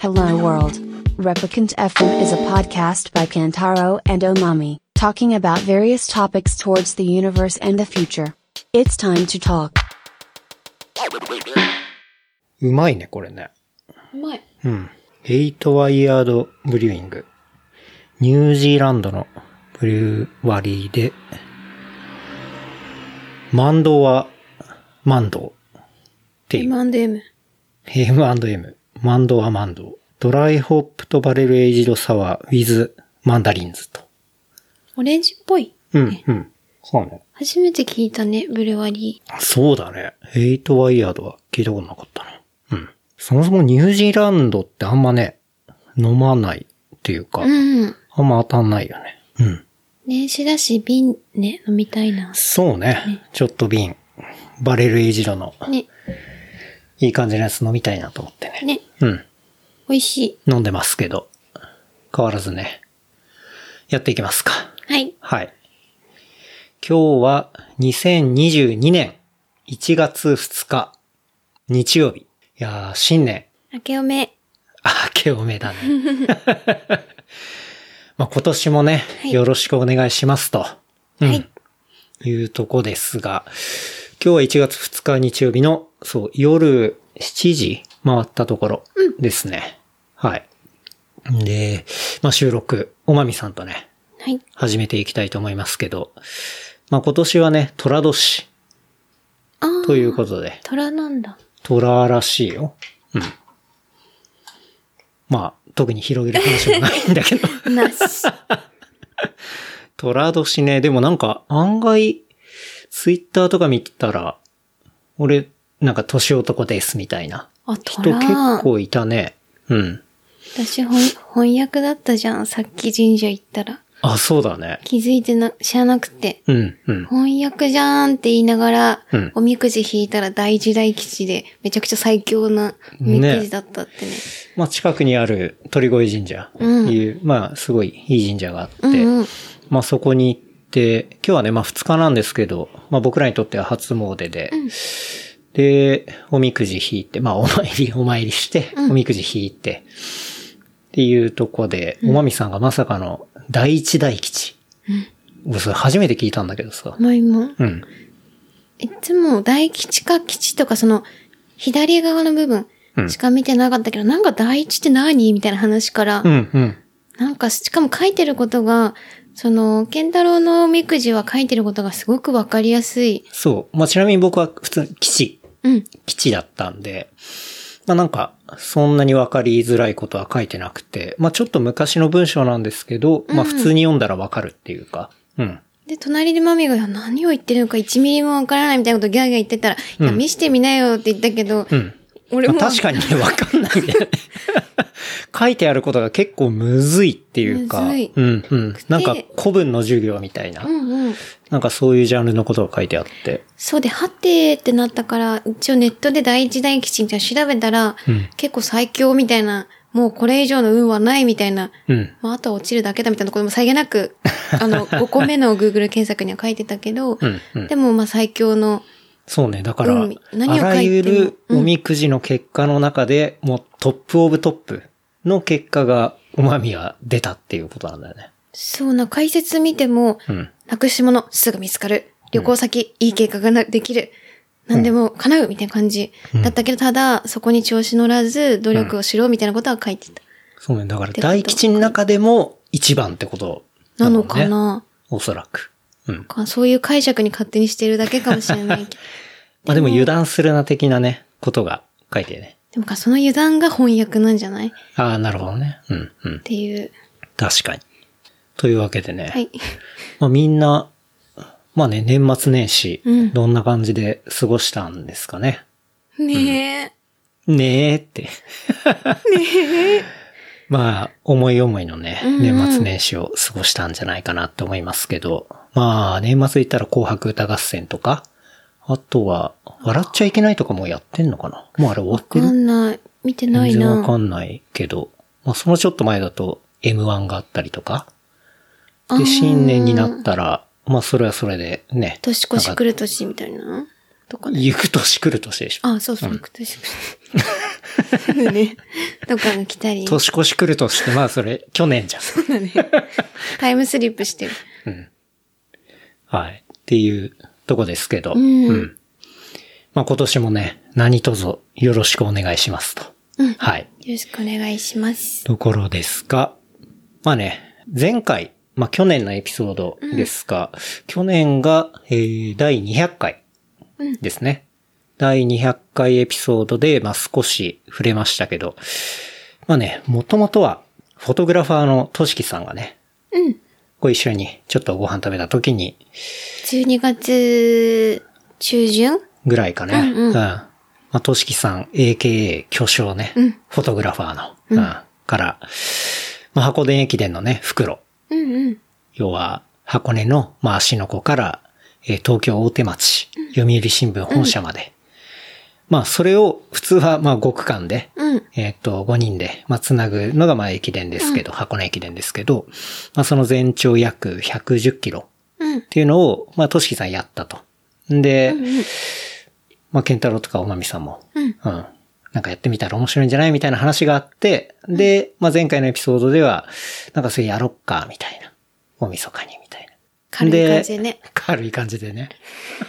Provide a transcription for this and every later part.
Hello World. Replicant FM is a podcast by Kantaro and Omami, talking about various topics towards the universe and the future. It's time to talk. うまいね、これね。 うまい。 うん。エイトワイヤードブリューイング。ニュージーランドのブリューワリーで、マンドは、マンドっていう。 M&M。 M&M。マンドはマンド。ドライホップとバレルエイジドサワー with マンダリンズと。 オレンジっぽい。 うん、うん。そうね。 初めて聞いたね、ブルワリー。 そうだね。エイトワイヤードは聞いたことなかったな。うん。そもそもニュージーランドってあんまね、飲まないっていうか、 うん。 あんま当たんないよね。うん。 年始だし、瓶ね、飲みたいな。 そうね。ちょっと瓶、バレルエイジドの、 ね。 いい感じのやつ飲みたいなと思ってね。 ね。 うん。 美味しい。 飲んでますけど、変わらずね、やっていきますか。 はい。 はい。今日は2022年1月2日、日曜日。いやー、新年。 明けおめ。 明けおめだね。まあ今年もね、 はいよろしくお願いしますと。うん。 はい。 いうとこですが、今日は1月2日日曜日の、そう、夜7時回ったところですね。はい。で、まあ収録、おまみさんとね、 はい。 始めていきたいと思いますけど、まあ今年はね、寅年ああ。 ということで、 虎なんだ。 虎らしいよ。うん。まあ、特に広げる話もないんだけど。 なし。 虎年ね、でもなんか案外、ツイッターとか見たら、俺、なんか年男ですみたいなあ、 人虎。 結構いたね。うん。 私翻訳だったじゃん、さっき神社行ったら。 あ、そうだね。 気づいて知らなくて。 うん、うん。 翻訳じゃーんって言いながら、 うんおみくじ引いたら大時代吉で、めちゃくちゃ最強なおみくじだったってね。 まあ近くにある鳥越神社いう、まあすごいいい神社があって、 うんうん。 まあそこに行って、今日はね、まあ2日なんですけど、まあ僕らにとっては初詣で、で、おみくじ引いて、まあお参りして、おみくじ引いて、っていうとこで、おまみさんがまさかの第一大吉。俺それ初めて聞いたんだけどさ。 もう今、 うん。 いつも大吉か吉とかその、左側の部分しか見てなかったけど、なんか第一って何みたいな話から、 うん、うん。 なんか、しかも書いてることが、その、ケンタロウのおみくじは書いてることがすごくわかりやすい。 そう。まあちなみに僕は普通にうん。 基地だったんで、まあなんか、そんなにわかりづらいことは書いてなくて、まあちょっと昔の文章なんですけど、まあ普通に読んだらわかるっていうか、うん。 で、隣でマミが何を言ってるのか1ミリもわからないみたいなことギャーギャー言ってたら、いや、見してみなよって言ったけど、 うん。 俺も。 まあ確かにね、わかんないんだよね。書いてあることが結構むずいっていうか、 むずいうんうん。なんか古文の授業みたいな、 うんうん。 なんかそういうジャンルのことが書いてあって。 そうで、はてってなったから、一応ネットで第一大吉みたいな調べたら、結構最強みたいな、もうこれ以上の運はないみたいな、 うん。 まああとは落ちるだけだみたいなところもさりげなく、5個目の Google 検索には書いてたけど、 うんうん。 でもまあ最強の、 そうね。だから、 何を書いてもあらゆるおみくじの結果の中で、もうトップオブトップの結果が、おまみが出たっていうことなんだよね。 そうな、解説見ても、 うん。 なくし物すぐ見つかる。旅行先、いい計画ができる。何でも叶うみたいな感じだったけど、ただ、そこに調子乗らず、努力をしろみたいなことは書いてた。 そうね。だから大吉の中でも一番ってことなのもんねかな、 おそらく。うん。 そういう解釈に勝手にしてるだけかもしれないけど。 まあでも油断するな的なね、ことが書いてね。 でもその油断が翻訳なんじゃないっああ、なるほどね。うん、うん。 ていう。 確かに。というわけでね。 はい。 まあみんな、まあね、年末年始、 うんどんな感じで過ごしたんですかね。 ねえ。 ねえって。ねえ。まあ、思い思いのね、 うんうん年末年始を過ごしたんじゃないかなって思いますけど、まあ、年末言ったら紅白歌合戦とか、あとは、笑っちゃいけないとかもやってんのかな、もうあれ終わってわかる？ んない。見てない全然わな。 かんないけど、まあそのちょっと前だと M1 があったりとか、で、新年になったら、まあそれはそれでね。 年越し来る年みたいなとかね。 行く年来る年でしょ。 あ、そうそう、行く年来る。 ね。とかが来たり。 年越し来るとして、まあそれ、去年じゃん。 そうだね。タイムスリップしてる。 はい。っていうとこですけど。 うんまあ今年もね、何卒よろしくお願いしますと。はい。 よろしくお願いします。 ところですが、まあね、前回、まあ去年のエピソードですが、去年が、第200回ですね。第200回エピソードで、まあ少し触れましたけど、まあね、もともとは、フォトグラファーのとしきさんがね、ご一緒にちょっとご飯食べた時に、 12月中旬ぐらいかね。まあ、としきさん、AKA 巨匠ね、フォトグラファーの、から、まあ、箱根駅伝のね、袋。要は、箱根の、まあ、芦ノ湖から、東京大手町、読売新聞本社まで。まあ、それを、普通は、まあ、5区間で、5人で、まあ、つなぐのが、まあ、駅伝ですけど、箱根駅伝ですけど、まあ、その全長約110キロっていうのを、まあ、としきさんやったと。で、まあ、ケンタロウとかおまみさんも、なんかやってみたら面白いんじゃないみたいな話があって、で、まあ、前回のエピソードでは、なんかそれやろっか、みたいな。大晦日に、みたいな。 軽い感じでね。 軽い感じでね。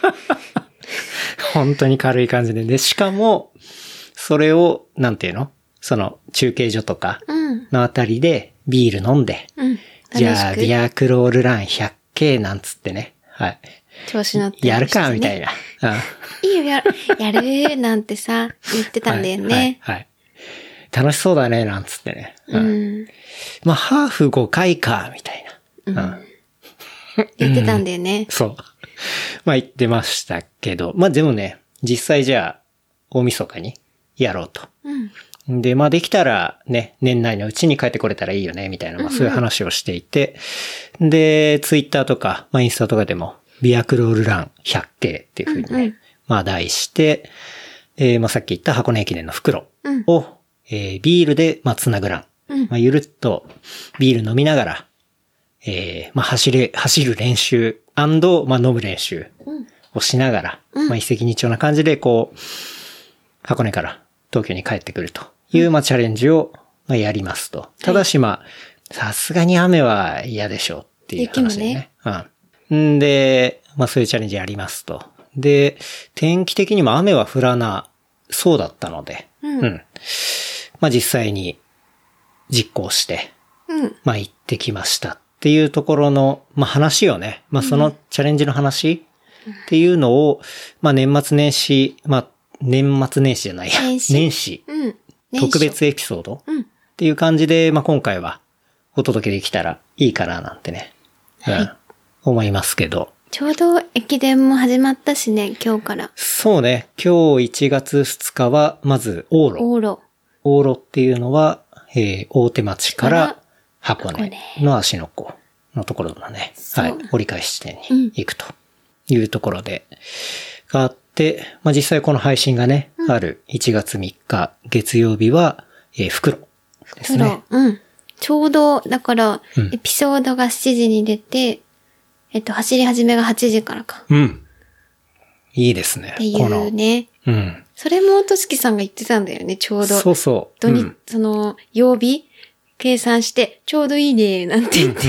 本当に軽い感じで。で、しかも、それを、なんていうの？その、中継所とか、のあたりで、ビール飲んで、じゃあ、ビアクロールラン 100K なんつってね。はい。 調子乗って、 やるか、みたいな。 いいよ、やるなんてさ、言ってたんだよね。 はい。楽しそうだね、なんつってね。まあ、ハーフ5回か、みたいな。 言ってたんだよね。 そう。まあ言ってましたけど、まあでもね、実際じゃあ、大晦日にやろうと。で、まあできたらね、年内のうちに帰ってこれたらいいよね、みたいな、まあそういう話をしていて、で、ツイッターとか、まあインスタとかでも、ビアクロールラン 100K っていう風にね、まあ題して、まあさっき言った箱根駅伝の袋を、ビールで、まあつなぐラン。まあゆるっとビール飲みながら、まあ走る練習&まあ飲む練習をしながら、まあ一石二鳥な感じでこう、箱根から東京に帰ってくるという、まあチャレンジを、まあやりますと。ただしまあ、さすがに雨は嫌でしょうっていう話でね。んで、まあそういうチャレンジやりますと。で、天気的にも雨は降らなそうだったので、まあ実際に実行して、まあ行ってきましたっていうところの、まあ話をね、まあそのチャレンジの話っていうのを、まあ年末年始、まあ年末年始じゃないや、年始、特別エピソードっていう感じで、まあ今回はお届けできたらいいかななんてね、思いますけど。 ちょうど駅伝も始まったしね、今日から。 そうね、今日1月2日は、まず往路。往路っていうのは、大手町から箱根の芦ノ湖のところのね、はい、折り返し地点に行くというところで、があって、まあ実際この配信がね、ある1月3日月曜日は、袋ですね。 ちょうど、だから、エピソードが7時に出て、走り始めが8時からか。 いいですね。 っていうね。それもとしきさんが言ってたんだよね、ちょうど。 そうそう。 その、曜日計算して、ちょうどいいね、なんて言って。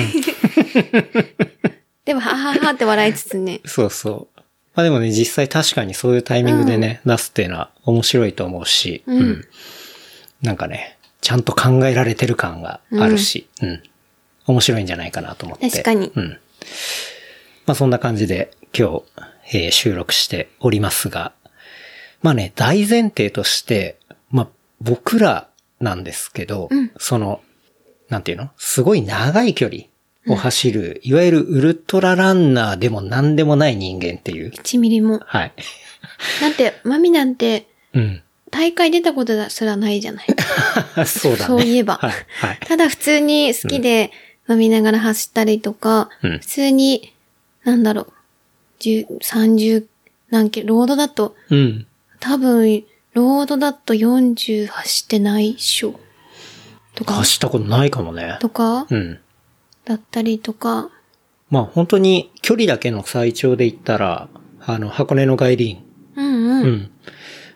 でも、はははって笑いつつね。 そうそう。まあでもね、実際確かにそういうタイミングでね、出すっていうのは面白いと思うし、なんかね、ちゃんと考えられてる感があるし、面白いんじゃないかなと思って。 確かに。 まあそんな感じで今日、収録しておりますが、まあね、大前提として、まあ僕らなんですけど、その、なんていうの？すごい長い距離を走る、いわゆるウルトラランナーでも何でもない人間っていう。 1ミリも。 はい。 なんて、マミなんて、大会出たことすらないじゃない。 そうだね。 そういえば。 はい。 ただ普通に好きで飲みながら走ったりとか、普通に、なんだろう、30何キロ、ロードだと、多分、ロードだと40走ってないっしょ。とか。 走ったことないかもね。 とか、だったりとか。 まあ本当に距離だけの最長で言ったら、箱根の外輪。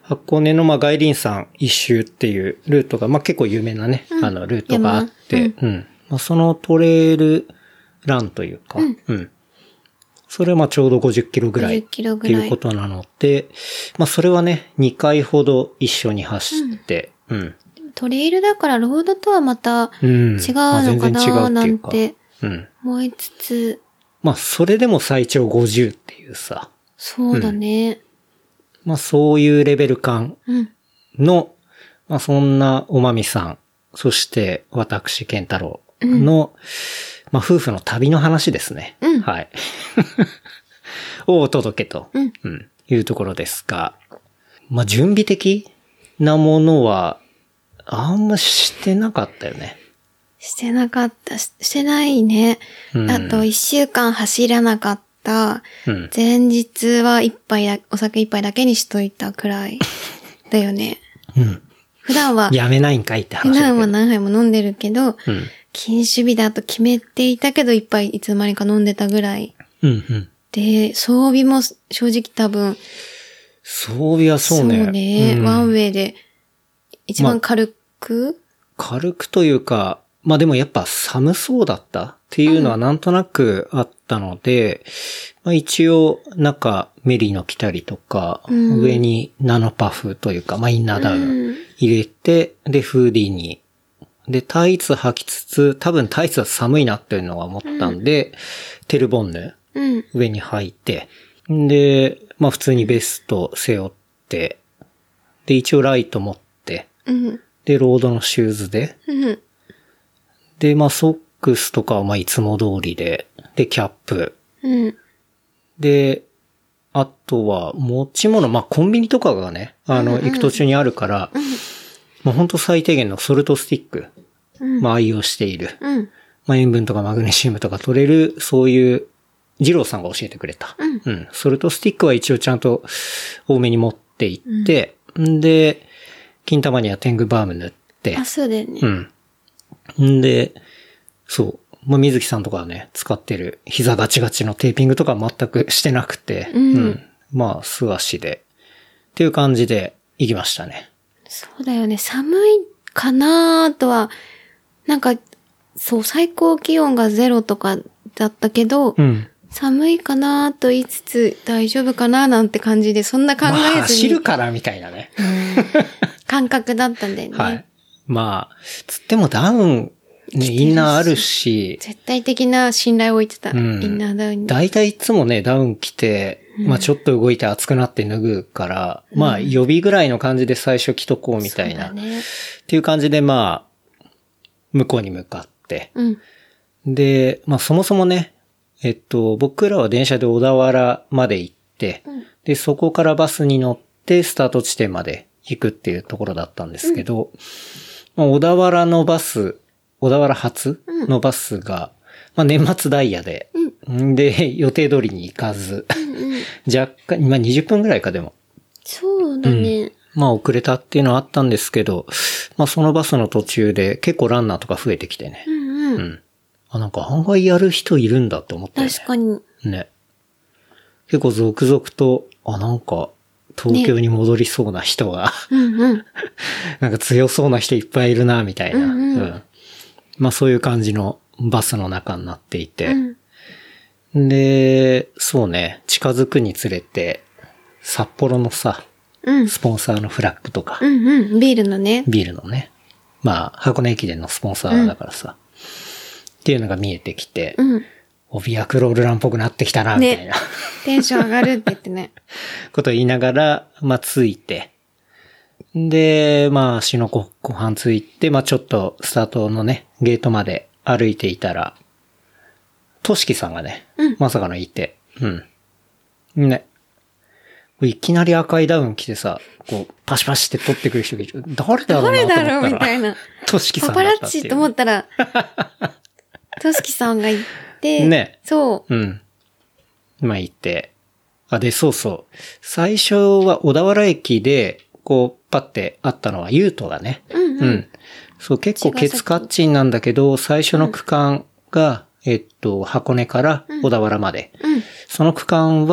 箱根の外輪山一周っていうルートが、結構有名なね、ルートがあって、そのトレイルランというか、それはちょうど50キロぐらいっていうことなので、それはね、2回ほど一緒に走って、 トレイルだからロードとはまた違うのかななんて思いつつ。 それでも最長50っていうさ。 そうだね。 そういうレベル感の、そんなおまみさん、そして私、健太郎の、夫婦の旅の話ですね。はい。をお届けと、いうところですが、準備的なものは、あんましてなかったよね。 してなかった。してないね。あと、1週間走らなかった。前日はお酒一杯だけにしといたくらいだよね。普段は。 やめないんかいって話だけど。 普段は何杯も飲んでるけど、禁酒日だと決めていたけど、一杯いつの間にか飲んでたぐらい。で、装備も正直多分。 装備はそうね。 そうね。ワンウェイで、一番軽く、 軽くというか、でもやっぱ寒そうだったっていうのはなんとなくあったので、一応中メリノ着たりとか、上にナノパフというか、インナーダウン入れて、で、フーディーに、で、タイツ履きつつ、多分タイツは寒いなっていうのは思ったんで、テルボンヌ、上に履いて、で、普通にベスト背負って、で、一応ライト持って、で、ロードのシューズで、で、ソックスとかはいつも通りで、で、キャップ。で、あとは持ち物、コンビニとかがね、行く途中にあるから、ほんと最低限のソルトスティック、愛用している。塩分とかマグネシウムとか取れる、そういう、二郎さんが教えてくれた。ソルトスティックは一応ちゃんと多めに持っていって、で、金玉にはテングバーム塗って。 そうだよね。 で、そう。水木さんとかはね、使ってる膝ガチガチのテーピングとかは全くしてなくて、素足で。っていう感じで行きましたね。 そうだよね。寒いかなとは、最高気温が0とかだったけど、寒いかなと言いつつ大丈夫かななんて感じで、そんな考えずに。 走るからみたいなね。 感覚だったんだよね。 はい。つってもダウン、ね、インナーあるし。 絶対的な信頼を置いてた。インナーダウンに。 大体いつもね、ダウン着て、ちょっと動いて熱くなって脱ぐから、予備ぐらいの感じで最初着とこうみたいな。っていう感じで向こうに向かって。で、そもそもね、僕らは電車で小田原まで行って、で、そこからバスに乗ってスタート地点まで行くっていうところだったんですけど、小田原発のバスが、年末ダイヤで、で、予定通りに行かず、若干、20分ぐらいかでも。 そうだね。 遅れたっていうのはあったんですけど、そのバスの途中で結構ランナーとか増えてきてね。案外やる人いるんだって思ったよね。 確かに。 ね。結構続々と、東京に戻りそうな人が、強そうな人いっぱいいるな、みたいな。そういう感じのバスの中になっていて。で、そうね、近づくにつれて、札幌のさ、スポンサーのフラッグとか。 ビールのね。 ビールのね。箱根駅伝のスポンサーだからさ。っていうのが見えてきて、ビアクロールランっぽくなってきたな、みたいな。 テンション上がるって言ってね。 こと言いながら、着いて。で、足の湖畔着いて、ちょっとスタートのね、ゲートまで歩いていたら、としきさんがね、まさかのいて、ね。いきなり赤いダウン着てさ、パシパシって撮ってくる人がいる。誰だろうなと思ったら。 誰だろうみたいな。 としきさんだパったっていう。 パラッチと思ったら、としきさんがいて、 ね。 そう。 いて。で、そうそう。最初は小田原駅で、パッて会ったのはユートがね。そう、結構ケツカッチンなんだけど、最初の区間が、箱根から小田原まで。その区間は、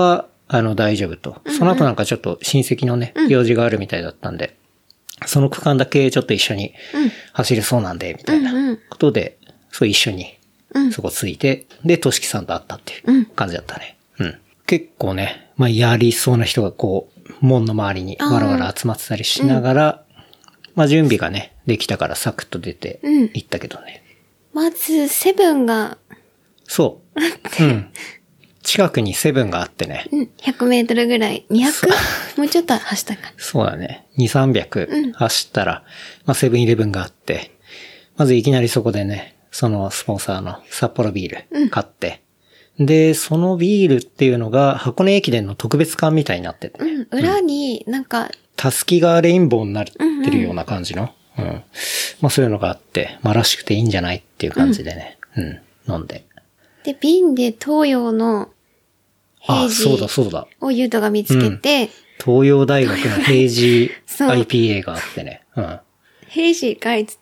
大丈夫と。その後なんかちょっと親戚のね、用事があるみたいだったんで、その区間だけちょっと一緒に走れそうなんで、みたいなことで、そう一緒にそこ着いて、で、としきさんと会ったっていう感じだったね。うん。結構ね、まあ、やりそうな人がこう、門の周りにわらわら集まってたりしながら、まあ、準備がね、できたからサクッと出て行ったけどね。 まず、セブンが、 そう。うん。近くにセブンがあってね。 100メートルぐらい。200? もうちょっと走ったか。 そうだね。2、300走ったら、まあ、セブンイレブンがあって、まずいきなりそこでね、そのスポンサーの札幌ビール買って、で、そのビールっていうのが箱根駅伝の特別缶みたいになっててね。 裏になんか、 たすきがレインボーになってるような感じの。まあそういうのがあって、まあらしくていいんじゃないっていう感じでね。飲んで。 で、瓶で東洋の平時そうだ。 をゆうとが見つけて、 東洋大学の平時 IPA があってね。 平時かいっつって、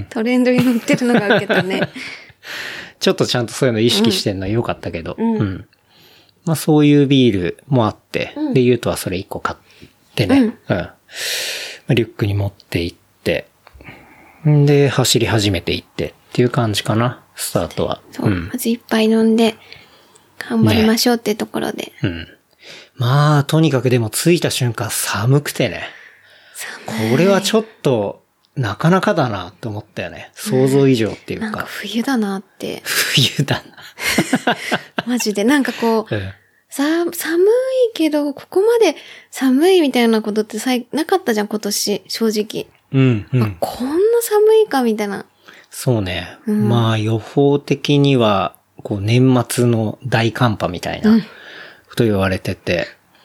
トレンドに乗ってるのが受けたね。 ちょっとちゃんとそういうの意識してんのは良かったけど。まあそういうビールもあって、で、ゆうとはそれ1個買ってね。リュックに持って行って、で、走り始めていってっていう感じかな、スタートは。 そう、まず一杯飲んで、頑張りましょうってところで。 まあ、とにかくでも着いた瞬間寒くてね。これはちょっと、なかなかだなって思ったよね。想像以上っていうか。 なんか冬だなって。 冬だな。 マジで、なんかこう、寒いけど、ここまで寒いみたいなことってなかったじゃん、今年、正直。こんな寒いか、みたいな。 そうね。まあ、予報的には、こう、年末の大寒波みたいな、こと言われてて、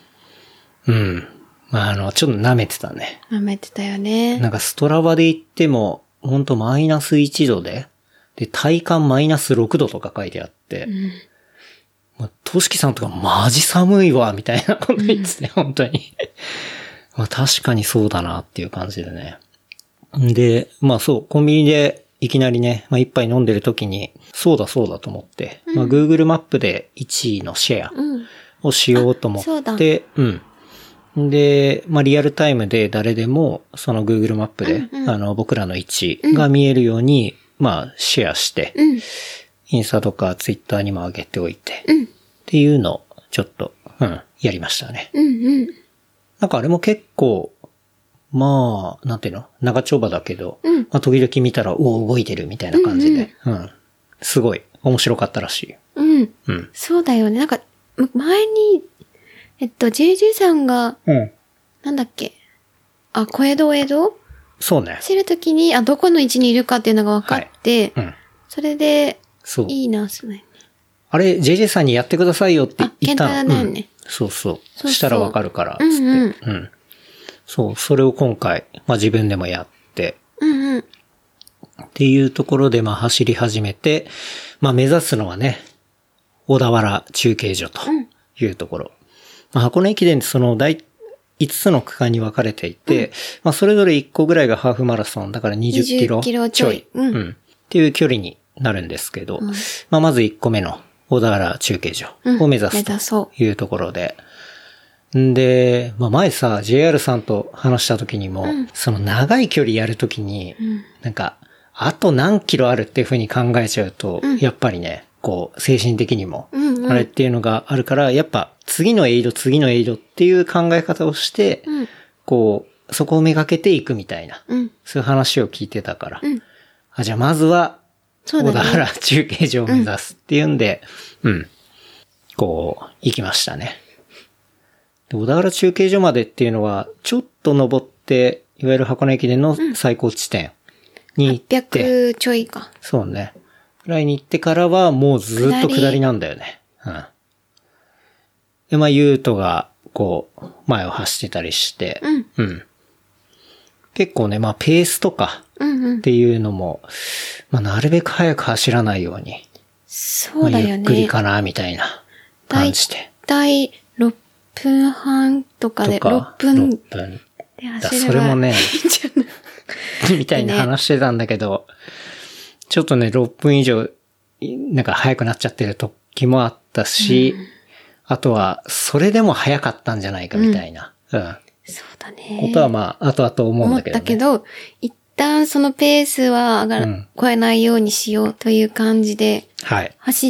まあ、ちょっと舐めてたね。 舐めてたよね。 なんかストラバで言っても、ほんとマイナス1度で、体感マイナス6度とか書いてあって、まあ、としきさんとかマジ寒いわ、みたいなこと言ってて、本当に。まあ確かにそうだなっていう感じでね。で、まあそう、コンビニでいきなりね、まあ一杯飲んでる時に、そうだと思って、まあ Google マップで1位のシェアをしようと思って、で、まあリアルタイムで誰でも、その Google マップで、僕らの位置が見えるように、まあシェアして、インスタとかツイッターにも上げておいて、っていうのをちょっと、やりましたね。なんかあれも結構、まあ、なんていうの長丁場だけど、まあ時々見たら、動いてるみたいな感じで、すごい面白かったらしい。 そうだよね。なんか、前に、JJ さんが、なんだっけ、小江戸そうね。 してるときに、どこの位置にいるかっていうのが分かって、それで、いいな、そうね。 あれ、JJ さんにやってくださいよって言ったの。 ケンタだよね。 そう。そしたらわかるから、つって。そう、それを今回、まあ自分でもやって、っていうところで、まあ走り始めて、まあ目指すのはね、小田原中継所というところ。まあ箱根駅伝ってその5つの区間に分かれていて、まあそれぞれ1個ぐらいがハーフマラソン、だから20キロちょい。っていう距離になるんですけど、まあまず1個目の小田原中継所を目指すというところで、で、まあ前さ、JR さんと話した時にも、その長い距離やる時に、なんか、あと何キロあるっていう風に考えちゃうと、やっぱりね、こう、精神的にも、あれっていうのがあるから、やっぱ、次のエイドっていう考え方をして、こう、そこをめがけていくみたいな、そういう話を聞いてたから、じゃあまずは、小田原中継所を目指すっていうんで、こう、行きましたね。小田原中継所までっていうのは、ちょっと登って、いわゆる箱根駅伝の最高地点に行って、 800ちょいか。 そうね。くらいに行ってからはもうずっと下りなんだよね。で、まあ、ゆうとが、こう、前を走ってたりして、結構ね、まあ、ペースとかっていうのも、まあ、なるべく早く走らないように。 そうだよね。 ゆっくりかな、みたいな感じで。 だいたい6分半とかで、6分で走ればそれもね、みたいな話してたんだけど、ちょっとね、6分以上、なんか早くなっちゃってる時もあったし、 あとは、それでも早かったんじゃないかみたいな。うん。 そうだね。 ことはまあ、後々思うんだけどね。 思ったけど、一旦そのペースは超えないようにしようという感じで、走って、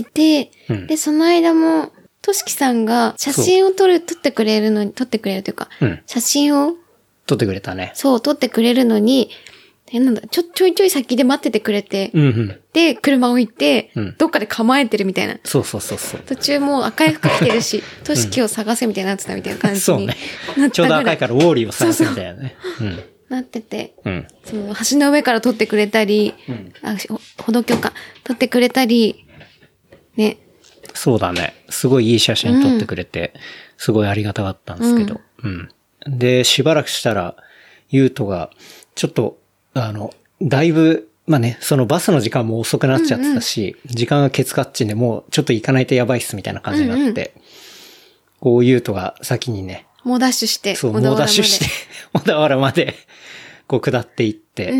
で、その間も、としきさんが写真を撮ってくれるというか、写真を撮ってくれたね。 そう、撮ってくれるのに、ちょいちょい先で待っててくれて、で、車を置いて、どっかで構えてるみたいな。 そう。 途中もう赤い服着てるし、としきを探せみたいになってたみたいな感じになったそうね。ちょうど赤いからウォーリーを探せみたいなね。 なってて、その橋の上から撮ってくれたり、歩道橋か、撮ってくれたり、ね。 そうだね。すごいいい写真撮ってくれて、すごいありがたかったんですけど。で、しばらくしたら、ゆうとが、ちょっと、だいぶ、まあね、そのバスの時間も遅くなっちゃってたし、時間がケツカッチンでもうちょっと行かないとやばいっすみたいな感じになって、こうゆうとが先にね、 猛ダッシュして、 そう、猛ダッシュして、小田原まで、こう下っていって、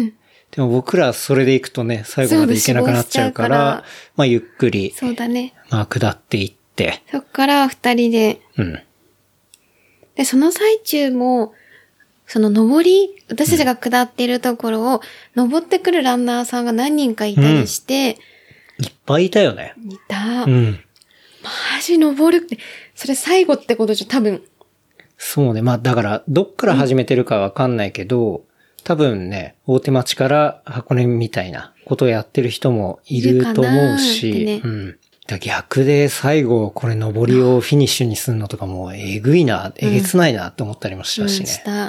でも僕らそれで行くとね、最後まで行けなくなっちゃうから、まあゆっくり、 そうだね。 まあ下っていって、 そっから二人で、で、その最中も、その私たちが下っているところを、登ってくるランナーさんが何人かいたりして、 いっぱいいたよね。 いた。マジ登るって、それ最後ってことじゃ多分。 そうね。まあだから、どっから始めてるかわかんないけど、多分ね、大手町から箱根みたいなことをやってる人もいると思うし、逆で最後これ登りをフィニッシュにするのとかもえぐいな、えげつないなって思ったりもしたしね。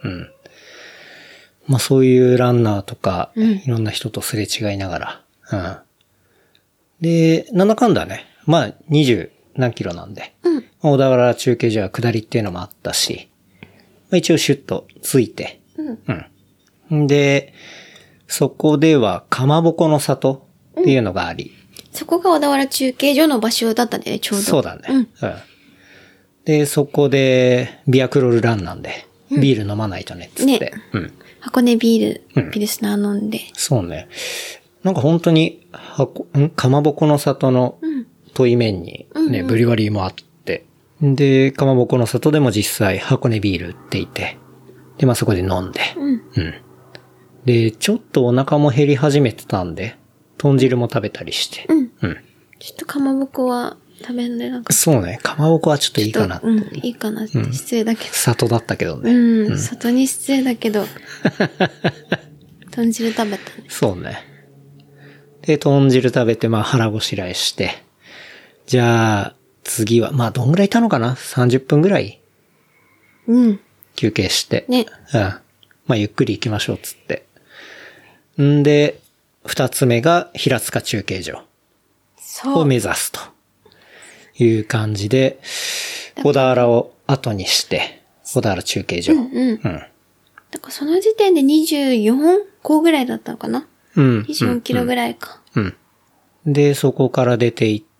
まあそういうランナーとか、いろんな人とすれ違いながら。で、なんだかんだね。まあ20何キロなんで。小田原中継所は下りっていうのもあったし、まあ、一応シュッとついて。で、そこではかまぼこの里っていうのがあり、 そこが小田原中継所の場所だったんだよね、ちょうど。 そうだね。で、そこで、ビアクロルランなんで、ビール飲まないとね、つって。 箱根ビール、ピルスナー飲んで。 そうね。なんか本当に、かまぼこの里の問い面にね、ブリュワリーもあって。で、かまぼこの里でも実際箱根ビール売っていて。で、まあそこで飲んで。で、ちょっとお腹も減り始めてたんで、豚汁も食べたりして。 ちょっとかまぼこは食べられなかった。 そうね。かまぼこはちょっといいかな。 いいかなって。失礼だけど。 里だったけどね。 里に失礼だけど。豚汁食べたね。 そうね。で、豚汁食べて、まあ腹ごしらえして。じゃあ、次は、まあどんぐらいいたのかな ?30 分ぐらい休憩して。 ね。 まあゆっくり行きましょう、つって。んで、二つ目が平塚中継所を目指すという感じで、小田原を後にして、小田原中継所。 だからその時点で24個ぐらいだったのかな24キロぐらいか。 で、そこから出て行って、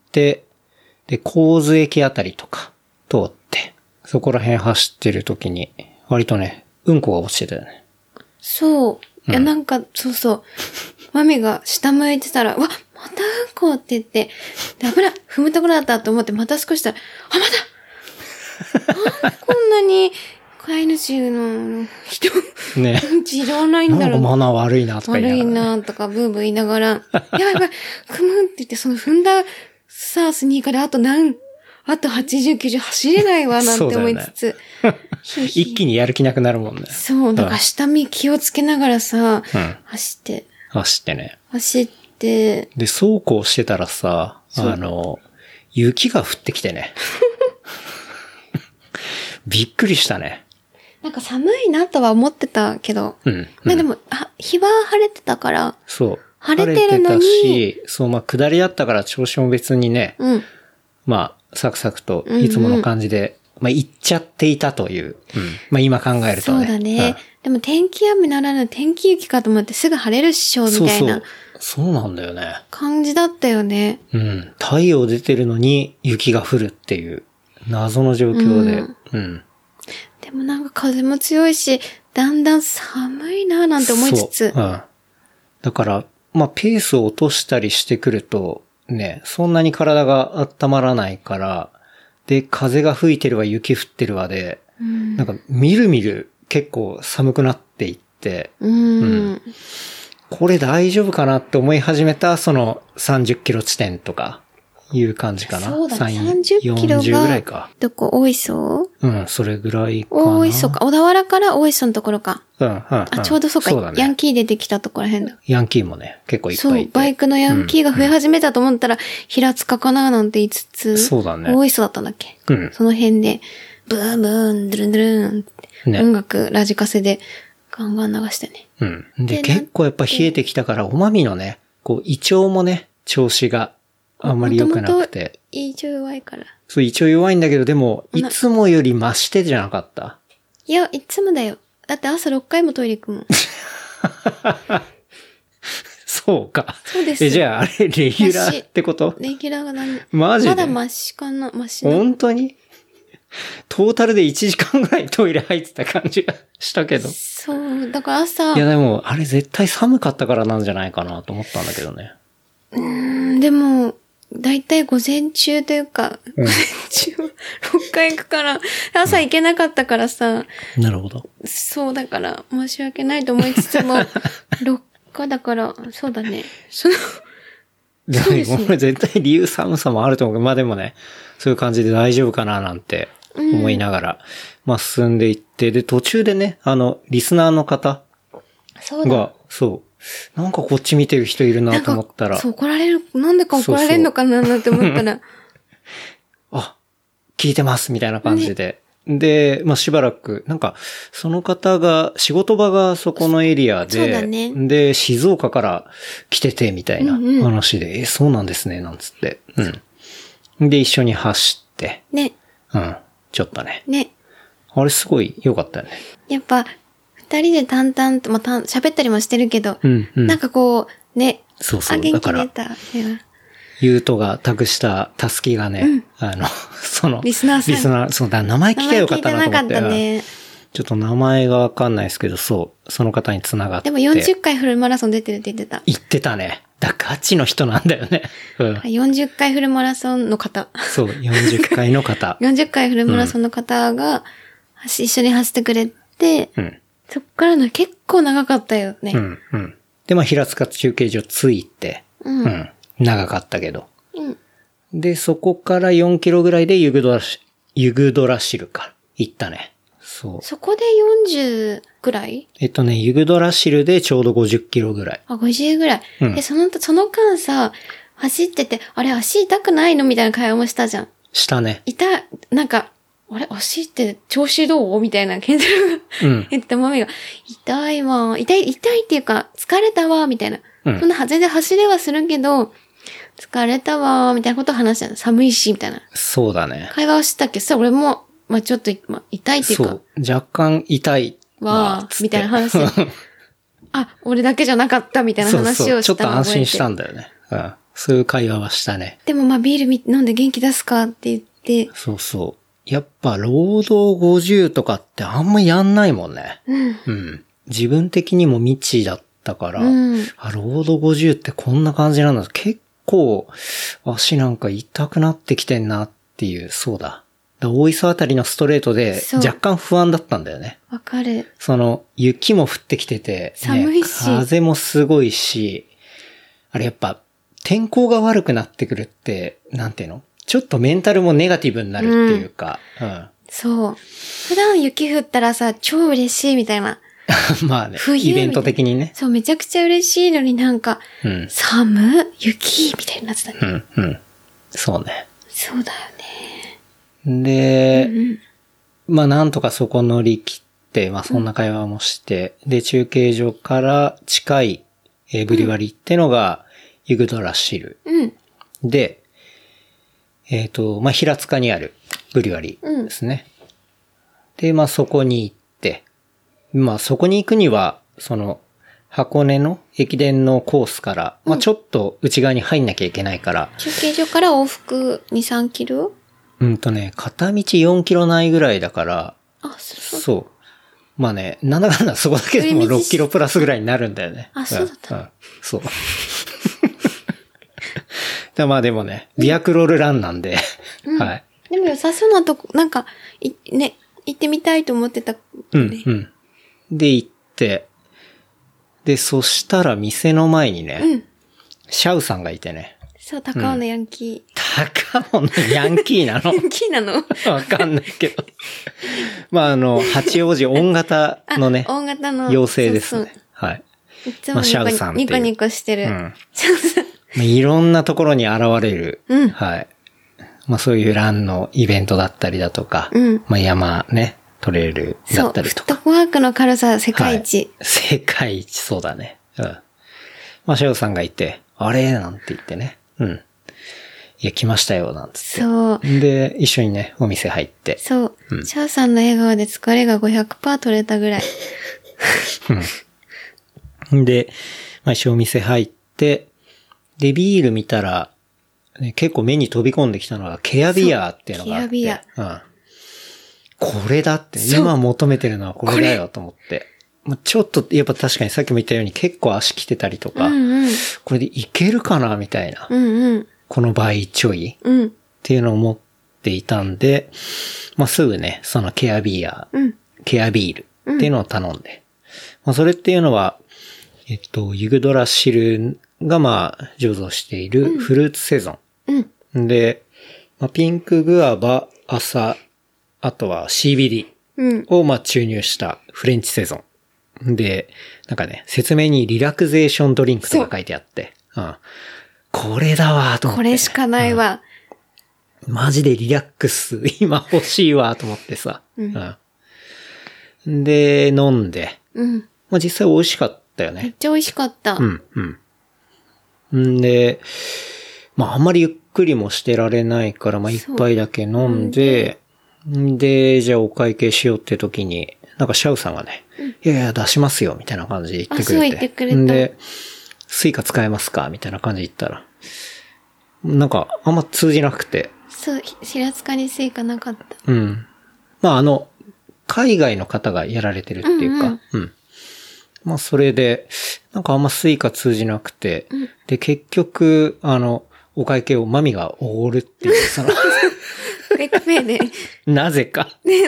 で、神津駅あたりとか通って、そこら辺走ってる時に、割とね、うんこが落ちてたよね。 そう。いや、なんか、そうそう。マミが下向いてたら、うわ、またうんこって言って、で、危ない、踏むところだったと思って、また少したら、あ、またなんでこんなに、飼い主の人、 ね。 知らないんだろう。 なんかマナー悪いなとか言いながら、 悪いなとか、ブーブー言いながら、やばいやばい、踏むって言って、その踏んださ、スニーカーであと80、90走れないわ、なんて思いつつ。 一気にやる気なくなるもんね。 そう、だから下見気をつけながらさ、走ってね。走って。 で、そうこうしてたらさ、雪が降ってきてね。びっくりしたね。 なんか寒いなとは思ってたけど。まあでも、日は晴れてたから。 そう。 晴れてるのに。 晴れてたし、そう、まあ下りだったから調子も別にね、まあ、サクサクといつもの感じで、まあ行っちゃっていたという。まあ今考えるとね。 そうだね。でも天気雨ならぬ天気雪かと思ってすぐ晴れるっしょ、みたいな。 そうなんだよね。 感じだったよね。 太陽出てるのに雪が降るっていう。謎の状況で。 でもなんか風も強いし、だんだん寒いななんて思いつつ。 だから、まあペースを落としたりしてくると、ね、そんなに体が温まらないから、 で、風が吹いてるわ、雪降ってるわで、なんか、みるみる結構寒くなっていって、これ大丈夫かなって思い始めた、その30キロ地点とか、いう感じかな。 そうだ、30キロ 40ぐらいか。 どこ、大磯？ それぐらいかな。 大磯か。小田原から大磯のところか。 あ、 ちょうどそうか。 そうだね。 ヤンキー出てきたところらへんだ。 ヤンキーもね、結構いっぱいいて。 そう、バイクのヤンキーが増え始めたと思ったら、平塚かななんて言いつつ、 そうだね。 大磯だったんだっけ？その辺で、ブーンブーン、ドゥルンドゥルンって、ね、音楽、ラジカセで、ガンガン流してね。 で、結構やっぱ冷えてきたから、おまみのね、こう、胃腸もね、調子があんまり良くなくて。 胃腸弱いから。 そう、胃腸弱いんだけど、でも、いつもより増してじゃなかった。 いや、いつもだよ。だって朝6回もトイレ行くもん。 そうか。 そうです。 じゃあ、あれ、レギュラーってこと？ レギュラーが何？ マジで？ まだマシかな？マシな。 本当に？トータルで1時間ぐらいトイレ入ってた感じがしたけど。 そう、だから朝。 いやでも、あれ絶対寒かったからなんじゃないかなと思ったんだけどね。 でも、だいたい午前中というか、午前中6回行くから、朝行けなかったからさ。 なるほど。 そうだから、申し訳ないと思いつつも、6回だから、そうだね。そうですね。 これ絶対理由寒さもあると思うけど、まあでもね、そういう感じで大丈夫かななんて思いながら、まあ進んでいって、で、途中でね、リスナーの方が、そう、なんかこっち見てる人いるなと思ったら。 そう、怒られる、なんでか怒られるのかなって思ったら。 あ、聞いてますみたいな感じで。ね、で、まあしばらく、なんか、その方が、仕事場がそこのエリアで、 そうだね。 で、静岡から来ててみたいな話で、そうなんですね、なんつって。で、一緒に走って。 ね。 ちょっとね。 ね。 あれすごい良かったよね。 やっぱ、二人で淡々と、まあ、喋ったりもしてるけど、なんかこう、ね。 そうそう。 元気出た。 ゆうとが託したたすきがね、その、 リスナー、 そうだ、名前聞けばよかったなと思って。 名前聞いてなかったね。 ちょっと名前がわかんないですけど、そう、その方に繋がって。 でも40回フルマラソン出てるって言ってた。 言ってたね。ガチの人なんだよね。 40回フルマラソンの方。 そう、40回の方。 40回フルマラソンの方が、一緒に走ってくれて、そっからの結構長かったよね。 で、まあ、平塚中継所着いて、長かったけど。で、そこから4キロぐらいでユグドラシルか。行ったね。そう。 そこで40ぐらい？ ユグドラシルでちょうど50キロぐらい。 あ、50ぐらい。で、その間さ、走ってて、あれ足痛くないのみたいな会話もしたじゃん。 したね。 なんか、あれ足って調子どうみたいな、ケンタロウが言ってたマミが、痛いわ。痛いっていうか、疲れたわ、みたいな。そんな全然走れはするけど、疲れたわ、みたいなことを話したの。寒いし、みたいな。 そうだね。 会話をしたっけど、俺も、まあちょっと、痛いっていうか。 そう。若干痛いわ、みたいな話で。あ、俺だけじゃなかった、みたいな話をしたの。 ちょっと安心したんだよね。そういう会話はしたね。 でもまあビール飲んで元気出すかって言って。 そうそう。やっぱ、労働50とかってあんまやんないもんね。自分的にも未知だったから、労働50ってこんな感じなんだ。結構、足なんか痛くなってきてんなっていう、そうだ。大磯あたりのストレートで若干不安だったんだよね。 わかる。 雪も降ってきてて、 寒いし、 風もすごいし、あれやっぱ、天候が悪くなってくるって、なんていうの？ちょっとメンタルもネガティブになるっていうか。 そう。普段雪降ったらさ、超嬉しいみたいな。 まあね。イベント的にね。 そう、めちゃくちゃ嬉しいのになんか、雪みたいになってたね。 そうね。 そうだよね。 で、まあなんとかそこ乗り切って、まあそんな会話もして、で、中継所から近いブリュワリーってのが、ユグドラシル。で、まあ、平塚にあるブリュワリーですね。で、まあ、そこに行って、まあ、そこに行くには、箱根の駅伝のコースから、まあ、ちょっと内側に入んなきゃいけないから。 中継所から往復2、3キロ？ 片道4キロないぐらいだから、そう。まあね、なんだかんだそこだけでも6キロプラスぐらいになるんだよね。 あ、そうだった。 そう。まあでもね、ビアクロールランなんで、はい。 でも良さそうなとこ、なんか、ね、行ってみたいと思ってた、ね。 うん。で、行って、で、そしたら店の前にね、シャウさんがいてね。 そう、高尾のヤンキー。高尾のヤンキーなの？ ヤンキーなの？ わかんないけど。まあ、八王子音型のね、 音型の妖精ですね。 そうはい。 いつもシャウさんっていう。 ニコニコしてる。シャウさん。 いろんなところに現れる。はい。まあそういうランのイベントだったりだとか、まあ山ね、トレイルだったりとか。 フットワークの軽さ世界一。 世界一、そうだね。まあシャウさんがいて、あれなんて言ってね。いや、来ましたよ、なんつって。 そう。 で、一緒にね、お店入って。 そう。シャウさんの笑顔で疲れが 500% 取れたぐらい。 で、まあ一緒お店入って、で、ビール見たら、ね、結構目に飛び込んできたのが、ケアビアっていうのがあって。 ケアビア。 これだって、今求めてるのはこれだよと思って。ちょっと、やっぱ確かにさっきも言ったように結構足来てたりとか、これでいけるかなみたいな。この倍ちょい、っていうのを思っていたんで、まあ、すぐね、そのケアビア、ケアビールっていうのを頼んで。まあ、それっていうのは、ユグドラシルがまあ、醸造しているフルーツセゾン。で、まあ、ピンクグアバ、朝、あとは CBD をまあ注入したフレンチセゾン。で、なんかね、説明にリラクゼーションドリンクとか書いてあって、これだわと思って。 これしかないわ。 マジでリラックス、今欲しいわと思ってさ。で、飲んで。まあ実際美味しかったよね。 めっちゃ美味しかった。 で、まああんまりゆっくりもしてられないから、まあ一杯だけ飲んで、で、じゃあお会計しようって時に、なんかシャウさんがね、いやいや出しますよみたいな感じで言ってくれて。 そう言ってくれた。 で、スイカ使えますかみたいな感じで言ったら、なんかあんま通じなくて。 そう、平塚にスイカなかった。 まあ海外の方がやられてるっていうか、まあそれで、なんかあんまスイカ通じなくて、で結局、お会計をマミがおごるっていう、その、 クイックペイで。 なぜか。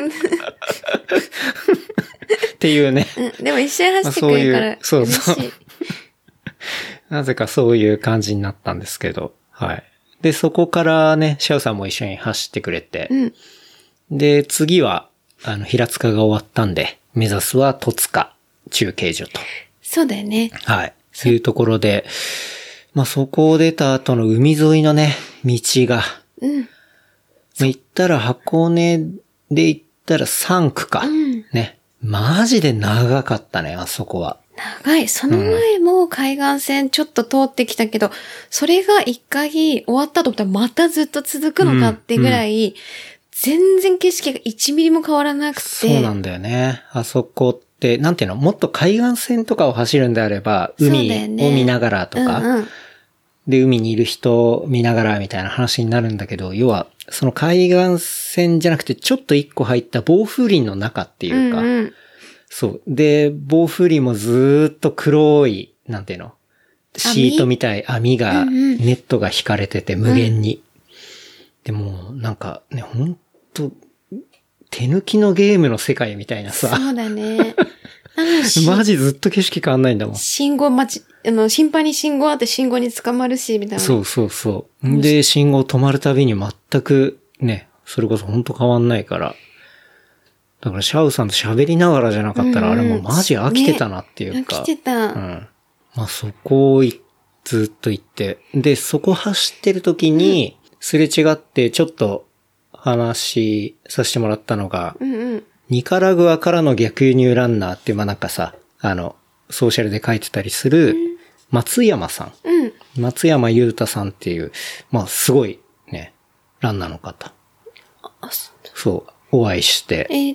っていうね。 でも一緒に走ってくれるから嬉しい。 なぜかそういう感じになったんですけど。はい。で、そこからね、シャウさんも一緒に走ってくれて。で、次は、平塚が終わったんで、目指すは戸塚中継所と。 そうだよね。 はい。そういうところで、まあ、そこを出た後の海沿いのね、道が。まあ、行ったら箱根で行ったら3区か。ね。マジで長かったね、あそこは。 長い。その前も海岸線ちょっと通ってきたけど、それが一回終わったと思ったらまたずっと続くのかってぐらい、全然景色が1ミリも変わらなくて。 そうなんだよね。あそこって、なんていうの、もっと海岸線とかを走るんであれば、海を見ながらとか、で、海にいる人を見ながらみたいな話になるんだけど、要は、その海岸線じゃなくてちょっと一個入った暴風林の中っていうか、そう。で、暴風林もずーっと黒い、なんていうの、シートみたい網が、ネットが引かれてて無限に。でも、なんかね、ほんと、手抜きのゲームの世界みたいなさ。 そうだね。 マジずっと景色変わんないんだもん。 信号頻繁に信号あって信号に捕まるし、みたいな。 そうそうそう。で、信号止まるたびに全くね、それこそほんと変わんないから。だからシャウさんと喋りながらじゃなかったら、あれもマジ飽きてたなっていうか。 飽きてた。 まあそこをずっと行って。で、そこ走ってる時に、すれ違ってちょっと話させてもらったのが、ニカラグアからの逆輸入ランナーっていう、まあなんかさ、ソーシャルで書いてたりする、松山さん。松山優太さんっていう、まあすごいね、ランナーの方。そう、お会いして。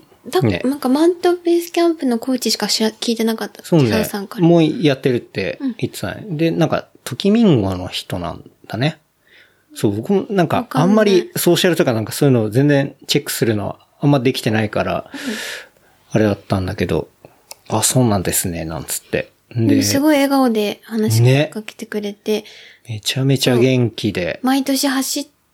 なんかマウントベースキャンプのコーチしか聞いてなかった。 そうね。もうやってるって言ってたね。で、なんか、トキミンゴの人なんだね。そう、僕もなんか、あんまりソーシャルとかなんかそういうのを全然チェックするのはあんまできてないから、あれだったんだけど、あ、そうなんですね、なんつって。 で、すごい笑顔で話しかけてくれて、 めちゃめちゃ元気で。 毎年走っ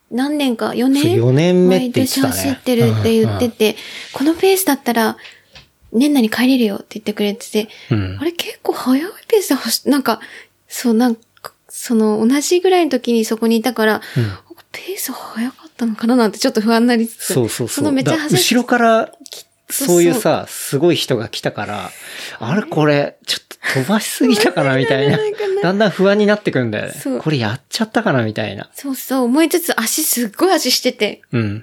何年か、4年 4年目って言ってたね。 毎年走ってるって言ってて、このペースだったら、年内に帰れるよって言ってくれてて、あれ結構早いペースでなんか、同じぐらいの時にそこにいたから、ペース早かったのかななんてちょっっと不安になりつつ。 そのめっちゃ後ろから、そういうさ、すごい人が来たから、あれこれ、ちょっと飛ばしすぎたかなみたいな。だんだん不安になってくるんだよね。これやっちゃったかなみたいな。 そう、思いつつすっごい足してて。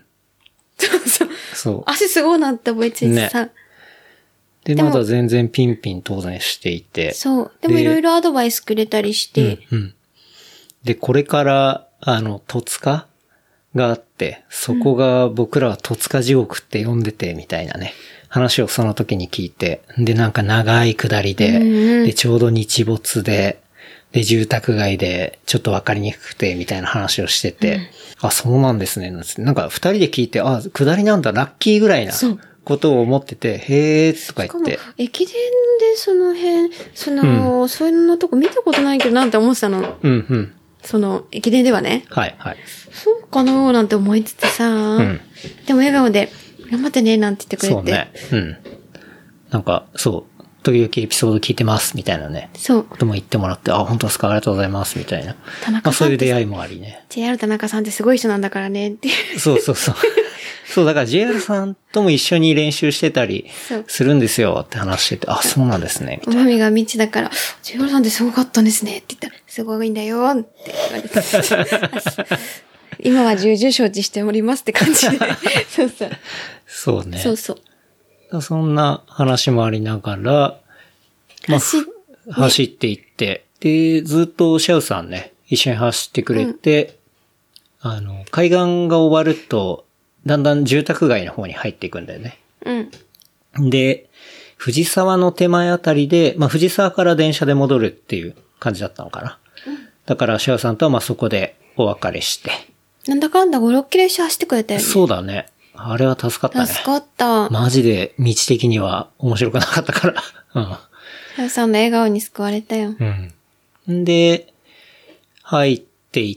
そう。足すごいなって思いつつさ。 で、まだ全然ピンピン当然していて。 そう。でもいろいろアドバイスくれたりして。 で、これから、戸塚があって、そこが僕らは戸塚地獄って呼んでて、みたいなね、話をその時に聞いて、で、なんか長い下りで、で、ちょうど日没で、で、住宅街で、ちょっとわかりにくくて、みたいな話をしてて、あ、そうなんですね、なんか二人で聞いて、あ、下りなんだ、ラッキーぐらいなことを思ってて、へーとか言って。 駅伝でその辺、そういうのとこ見たことないけどなって思ってたの。その、駅伝ではね。 はい。 そうかななんて思いつつさ、でも笑顔で、頑張ってね、なんて言ってくれて。 そうね。なんか、そう、時々エピソード聞いてます、みたいなね。そう。ことも言ってもらって、あ、本当ですか、ありがとうございます、みたいな。田中さん。まあそういう出会いもありね。 JR 田中さんってすごい人なんだからね、っていう。 そう。そう、だから JR さんとも一緒に練習してたりするんですよって話してて、あ、そうなんですね、みたいな。 おまみが未知だから、JR さんってすごかったんですね、って言ったら、すごいんだよ、って言われて。今は重々承知しておりますって感じで。 そうね。 そう。 そんな話もありながら、まあ、走っていって、で、ずっとシャウさんね、一緒に走ってくれて、海岸が終わると、だんだん住宅街の方に入っていくんだよね。で、藤沢の手前あたりで、まあ、藤沢から電車で戻るっていう感じだったのかな。だから、シャウさんとはまあそこでお別れして。 なんだかんだ5、6キロ一緒走ってくれたよね。 そうだね。あれは助かったね。 助かった。 マジで道的には面白くなかったから。 シャウさんの笑顔に救われたよ。 で、入っていって、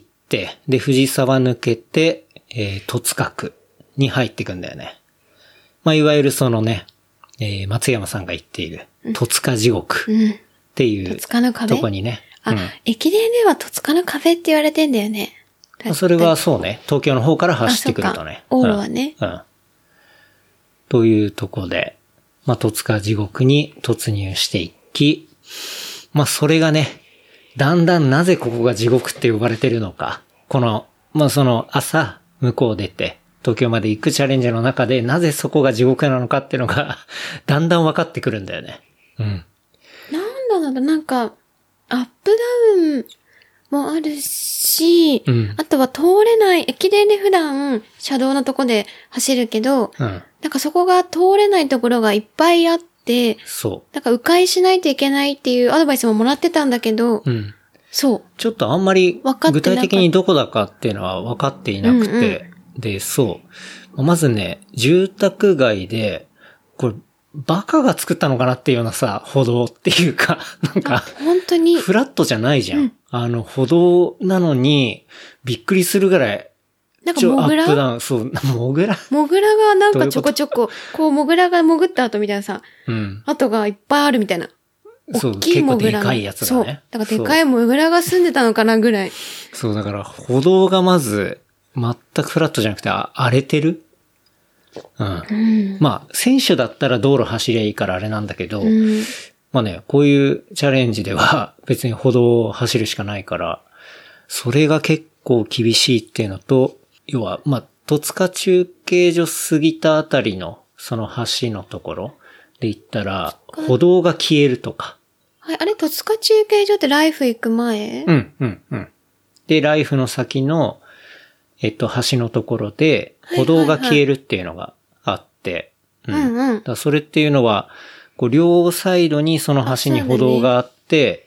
で、藤沢抜けて、戸塚区に入っていくんだよね。まあ、いわゆるそのね、松山さんが言っている、戸塚地獄っていう、とこにね。 駅伝では戸塚の壁って言われてんだよね。 それはそうね、東京の方から走ってくるとね。 往路はね。 というとこで、まあ、戸塚地獄に突入していき、まあ、それがね、だんだんなぜここが地獄って呼ばれてるのか、この、まあ、その朝、向こう出て、東京まで行くチャレンジの中で、なぜそこが地獄なのかっていうのが、だんだん分かってくるんだよね。なんだろう、なんか、アップダウンもあるし、あとは通れない、駅伝で普段車道のとこで走るけど、なんかそこが通れないところがいっぱいあって、なんか迂回しないといけないっていうアドバイスももらってたんだけど、そう。 ちょっとあんまり具体的にどこだかっていうのは分かっていなくて、で、そう。まずね、住宅街で、これ、バカが作ったのかなっていうようなさ、歩道っていうか、なんか、 本当に。 フラットじゃないじゃん。歩道なのに、びっくりするぐらい、 なんかモグラ？ アップダウン、そう、モグラがなんかちょこちょこ、こうモグラが潜った後みたいなさ、跡がいっぱいあるみたいな。大きいモグラ。 結構でかいやつがね。 そう。だからでかいモグラが住んでたのかなぐらい。 そう、だから歩道がまず、全くフラットじゃなくて荒れてる。まあ、選手だったら道路走りゃいいからあれなんだけど、まあね、こういうチャレンジでは別に歩道を走るしかないから、それが結構厳しいっていうのと、要は、まあ、戸塚中継所過ぎたあたりの、その橋のところで言ったら、歩道が消えるとか。 はい、あれ、戸塚中継所ってライフ行く前？ で、ライフの先の、橋のところで、歩道が消えるっていうのがあって、だそれっていうのは、こう両サイドにその橋に歩道があって、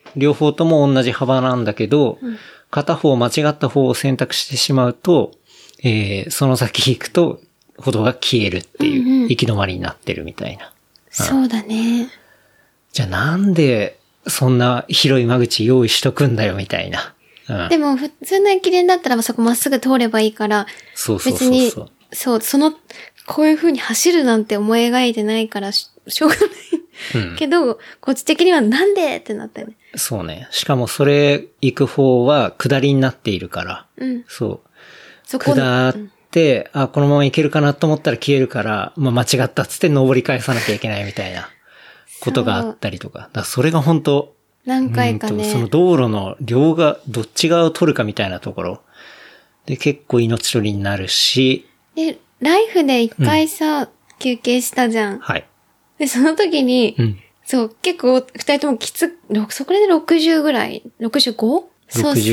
両方とも同じ幅なんだけど、片方間違った方を選択してしまうと、その先行くと歩道が消えるっていう行き止まりになってるみたいな。 そうだね。 じゃあなんでそんな広い間口用意しとくんだよみたいな。 うん、 でも普通の駅伝だったらそこまっすぐ通ればいいから、 そうそうそう別に、そう、こういう風に走るなんて思い描いてないからしょうがない。うん、けど、こっち的にはなんでってなったよね。 そうね。しかもそれ行く方は下りになっているから。 うん。 そう。下って、あ、このまま行けるかなと思ったら消えるから、まあ間違ったっつって登り返さなきゃいけないみたいなことがあったりとか。だからそれが本当何回かね。 その道路の両側、どっち側を取るかみたいなところ。で、結構命取りになるし。 で、ライフで一回さ、休憩したじゃん。 はい。 で、その時に、そう、結構二人ともそこで60ぐらい ?65? そうそう。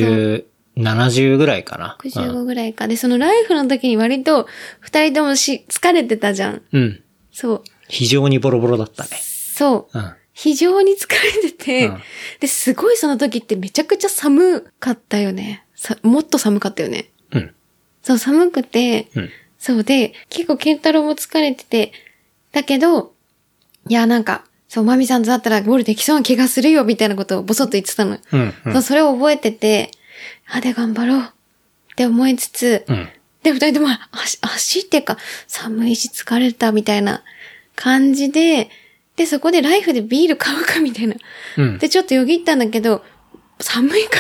70ぐらいかな。 65ぐらいか。で、そのライフの時に割と二人とも疲れてたじゃん。 うん。 そう。 非常にボロボロだったね。 そう。非常に疲れてて、で、すごいその時ってめちゃくちゃ寒かったよね。もっと寒かったよね。 うん。 そう、寒くて、そうで、結構ケンタロウも疲れてて、だけど、いや、なんか、そう、マミさんとだったらゴールできそうな気がするよ、みたいなことをボソッと言ってたの。そう、それを覚えてて、で頑張ろうって思いつつ、で、二人とも足っていうか、寒いし疲れたみたいな感じで、で、そこでライフでビール買うかみたいな。で、ちょっとよぎったんだけど、寒いから、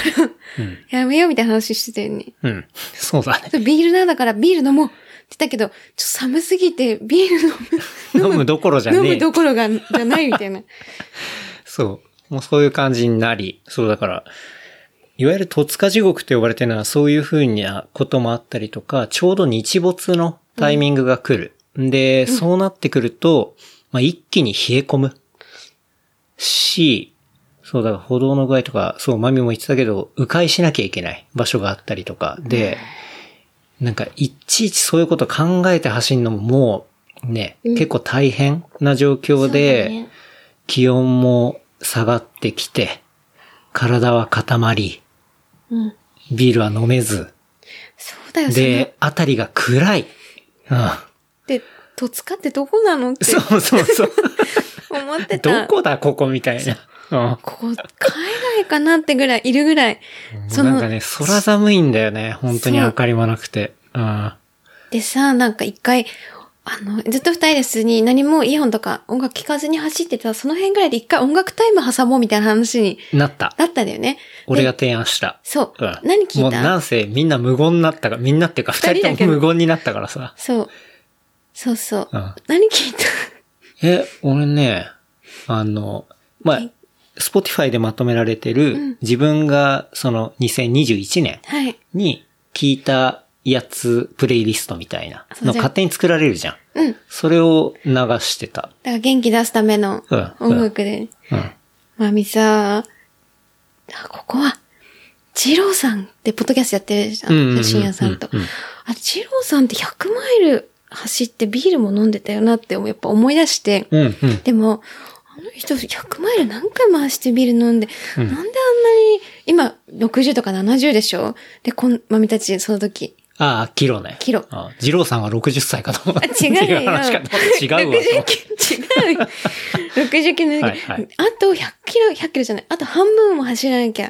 やめようみたいな話してたよね。 そうだね。 ビールなんだからビール飲もうって言ったけど、ちょっと寒すぎてビール飲むどころじゃねえ。 飲むどころじゃないみたいな。 そう。もうそういう感じになり、そうだから、いわゆる戸塚地獄と呼ばれてるのはそういう風なこともあったりとか、ちょうど日没のタイミングが来る。で、そうなってくると、まあ、一気に冷え込む。し、そうだから歩道の具合とか、そう、マミも言ってたけど、迂回しなきゃいけない場所があったりとか、で、なんかいちいちそういうこと考えて走るのももうね、結構大変な状況で、気温も下がってきて、体は固まり、ビールは飲めず、 そうだよで、あたりが暗い。 で、戸塚ってどこなのって。 そうそうそう。 思ってた。 どこだここみたいな。 ここ、海外かなってぐらい、いるぐらい。 なんかね、空寒いんだよね。本当に明かりもなくて。 でさ、なんか一回、ずっと二人で普通に何もイヤホンとか音楽聴かずに走ってた、その辺ぐらいで一回音楽タイム挟もうみたいな話になった。 だったんだよね。 俺が提案した。 そう。何聞いた？ もうなんせみんな無言になったから、みんなっていうか二人とも無言になったからさ。 そう。そうそう。何聞いた？ 俺ね、まあ、Spotify でまとめられてる、自分がその2021年に聞いたやつ、プレイリストみたいなの勝手に作られるじゃん。それを流してた。だから元気出すための音楽で。まみさ、ここは、ジローさんってポッドキャストやってるじゃん。深夜さんと。ジローさんって100マイル走ってビールも飲んでたよなってやっぱ思い出して。でも、あの人100マイル何回も走ってビール飲んで、なんであんなに、今60とか70でしょで、まみたちその時。 キロね。 キロ。 ジローさんは60歳かと思った。 違うよ。違うわ。69の時。あと100キロじゃない。あと半分も走らなきゃ。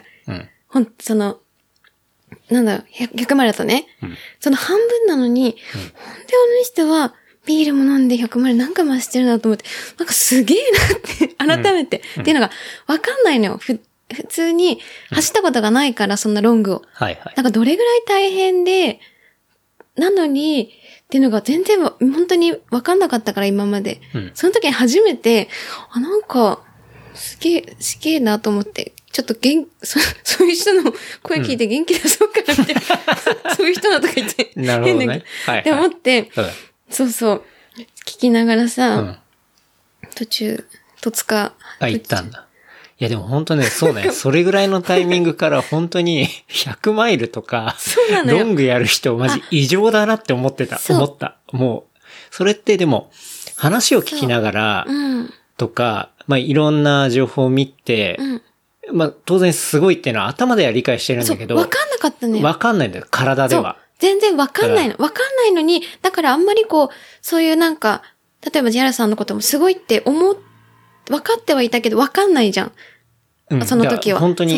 なんだろう、100マイルだとね。その半分なのに、なんであの人はビールも飲んで100マイル何回も走ってるなと思って、なんかすげえなって、改めて。っていうのが、わかんないのよ。普通に走ったことがないから、そんなロングを。なんかどれぐらい大変で、なのに、っていうのが全然本当に分かんなかったから今まで。その時に初めて、なんか、すげえなと思って、ちょっとそういう人の声聞いて元気出そうかなみたいな。そういう人だとか言って。 なるほどね。 って思って、そうそう、聞きながらさ、途中、戸塚。 行ったんだ。いやでも本当ね、そうね、それぐらいのタイミングから本当に100マイルとか、ロングやる人マジ異常だなって思った。もう、それってでも、話を聞きながら、とか、まあいろんな情報を見て、まあ当然すごいっていうのは頭では理解してるんだけど、 わかんなかったね。 わかんないんだよ、体では。 全然わかんないの。わかんないのに、だからあんまりそういうなんか、例えばジャラさんのこともすごいって分かってはいたけど、わかんないじゃん。その時は。 本当に、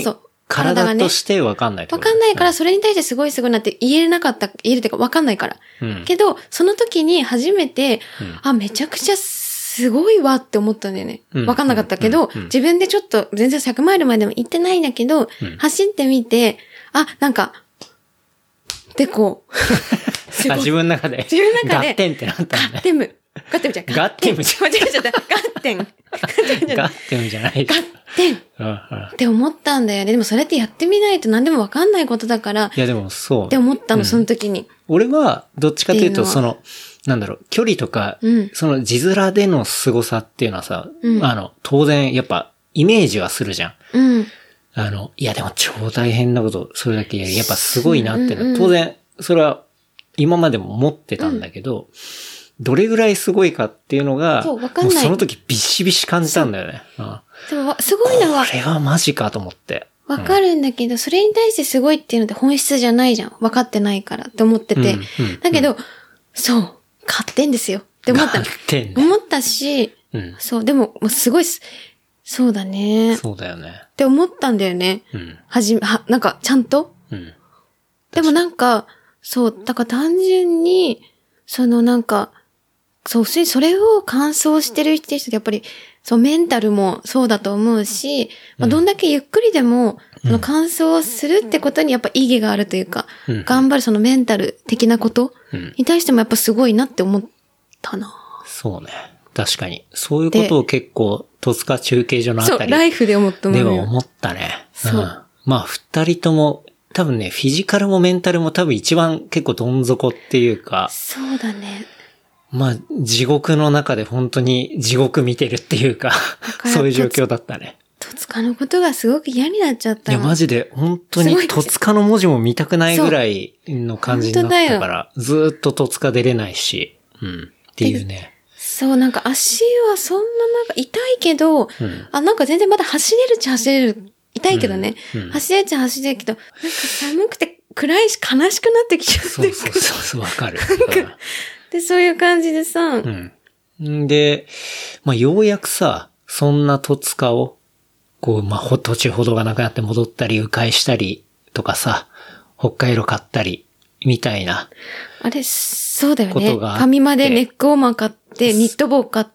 体としてわかんないってわこと。 かんないから、それに対してすごいなって言えれなかった、言えるっていうかわかんないから。けど、その時に初めて、めちゃくちゃすごいわって思ったんだよね。わかんなかったけど、自分でちょっと全然100マイルまでも行ってないんだけど、走ってみて、なんか、でこう。 自分の中で。ガッテンってなったんだね。 ガッテムじゃん。 ガッテムじゃん。 間違えちゃった。ガッテン。 ガッテムじゃない。 ガッテンって思ったんだよね。でもそれってやってみないと何でもわかんないことだから。 いやでもそう。 って思ったの、その時に。 俺は、どっちかというと、距離とか、その字面での凄さっていうのはさ、当然、やっぱ、イメージはするじゃん。いやでも超大変なこと、それだけ、やっぱすごいなっての、当然、それは、今までも思ってたんだけど、どれぐらいすごいかっていうのが、もうその時ビシビシ感じたんだよね。 でもすごいのは、 これはマジかと思って。 わかるんだけど、それに対してすごいっていうのって本質じゃないじゃん。分かってないからって思ってて。だけど、そう、買ってんですよって思った。思ったし、そう、でも、すごい、そうだね。 そうだよね。 って思ったんだよね。なんか、ちゃんと。でもなんか、そう、だから単純に、なんか、そう、それを完走してる人ってやっぱり、そう、メンタルもそうだと思うし、どんだけゆっくりでも、完走するってことにやっぱ意義があるというか、頑張るそのメンタル的なことに対してもやっぱすごいなって思ったな。 そうね。確かに。そういうことを結構、戸塚中継所のあたり。 そう、ライフで思ったもんね。 では思ったね。そう。二人とも、多分ね、フィジカルもメンタルも多分一番結構どん底っていうか。 そうだね。 地獄の中で本当に地獄見てるっていうか、そういう状況だったね。 戸塚のことがすごく嫌になっちゃった。 いや、マジで本当に戸塚の文字も見たくないぐらいの感じになったから、ずーっと戸塚出れないし、っていうね。 そう、なんか足はそんななんか痛いけど、なんか全然まだ走れるっちゃ走れる。痛いけどね。走れるっちゃ走れるけど、なんか寒くて暗いし悲しくなってきちゃって。 そう、わかる。 で、そういう感じでさ。 で、ようやくさ、そんな戸塚を、こう、途中ほどがなくなって戻ったり、迂回したりとかさ、北海道買ったり、みたいな。 あれ、そうだよね。ファミマでネックウォーマー買って、ニット帽買って、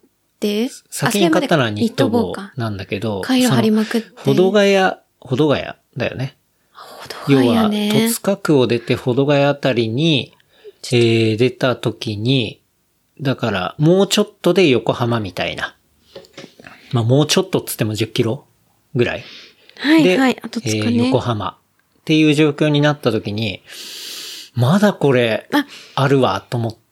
先に買ったのはニット帽なんだけど、 回路貼りまくって。 保土ヶ谷だよね。要は、戸塚区を出て保土ヶ谷あたりに、出た時に、だから、もうちょっとで横浜みたいな。もうちょっとっつっても10キロぐらい。 はい、あとつかね。 横浜っていう状況になった時に、まだこれ、あるわ、と思って、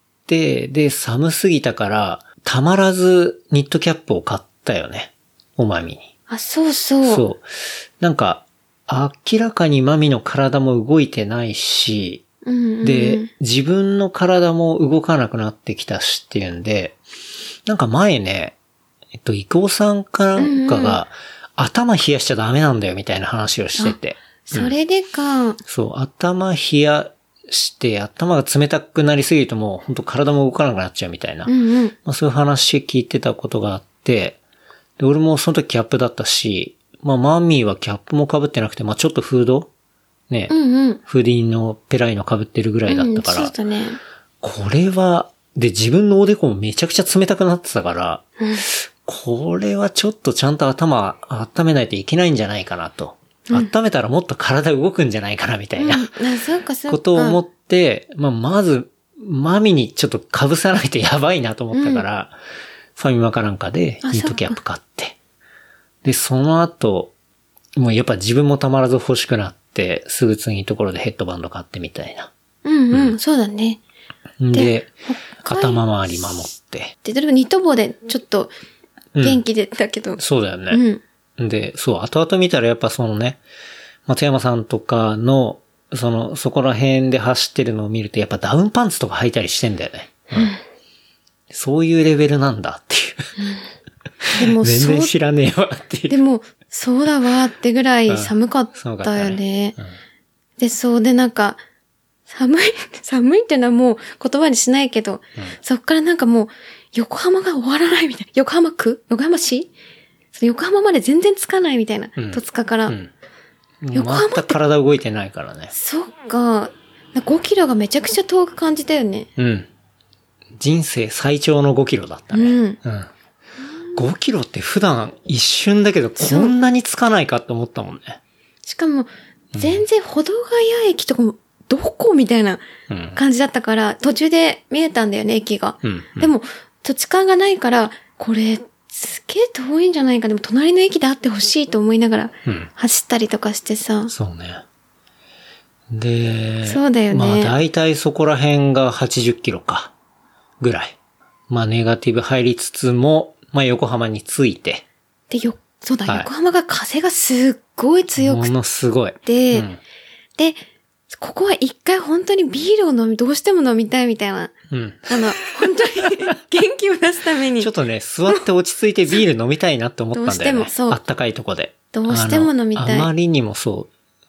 で、寒すぎたから、たまらずニットキャップを買ったよね。おまみに。 そう。 そう。なんか、明らかにまみの体も動いてないし、で、自分の体も動かなくなってきたしっていうんで、なんか前ね、伊藤さんかなんかが、頭冷やしちゃダメなんだよみたいな話をしてて。 それでか。 そう、頭冷やして、頭が冷たくなりすぎるともう本当体も動かなくなっちゃうみたいな。そういう話聞いてたことがあって、で、俺もその時キャップだったし、マミーはキャップも被ってなくて、ちょっとフードね、フーディーのペライの被ってるぐらいだったから、 そうだね。 これは、で、自分のおでこもめちゃくちゃ冷たくなってたから、これはちょっとちゃんと頭温めないといけないんじゃないかなと。温めたらもっと体動くんじゃないかなみたいな、ことを思って、まず、マミにちょっと被さないとやばいなと思ったから、ファミマかなんかでニットキャップ買って。で、その後、もうやっぱ自分もたまらず欲しくなって、すぐ次のところでヘッドバンド買ってみたいな。 そうだね。 で、頭周り守って。 で、例えばニット帽でちょっと元気でだけど。 そうだよね。で、そう、後々見たらやっぱそのね、松山さんとかの、そこら辺で走ってるのを見るとやっぱダウンパンツとか履いたりしてんだよね。そういうレベルなんだっていう。でも全然知らねえわっていう。 でも、そうだわってぐらい寒かったよね。で、そうでなんか、寒いっていうのはもう言葉にしないけど、そっからなんかもう、横浜が終わらないみたいな。横浜市横浜まで全然つかないみたいな。戸塚から。 全く体動いてないからね。 そっか。5キロがめちゃくちゃ遠く感じたよね。 うん。人生最長の5キロだったね。うん。5キロって普段一瞬だけどこんなにつかないかって思ったもんね。 しかも、全然保土ヶ谷駅とかも、どこみたいな感じだったから、途中で見えたんだよね、駅が。でも、土地勘がないから、これ、すげえ遠いんじゃないか。でも、隣の駅であってほしいと思いながら、走ったりとかしてさ。 そうね。で、 そうだよね。 まあ、大体そこら辺が80キロか。ぐらい。まあ、ネガティブ入りつつも、まあ、横浜に着いて。 で、そうだ、横浜が風がすっごい強くて。 ものすごい。 で、ここは一回本当にビールをどうしても飲みたいみたいな。本当に元気を出すために。 ちょっとね、座って落ち着いてビール飲みたいなって思ったんだよね。どうしてもそう。あったかいとこで。 どうしても飲みたい。 あまりにもそう。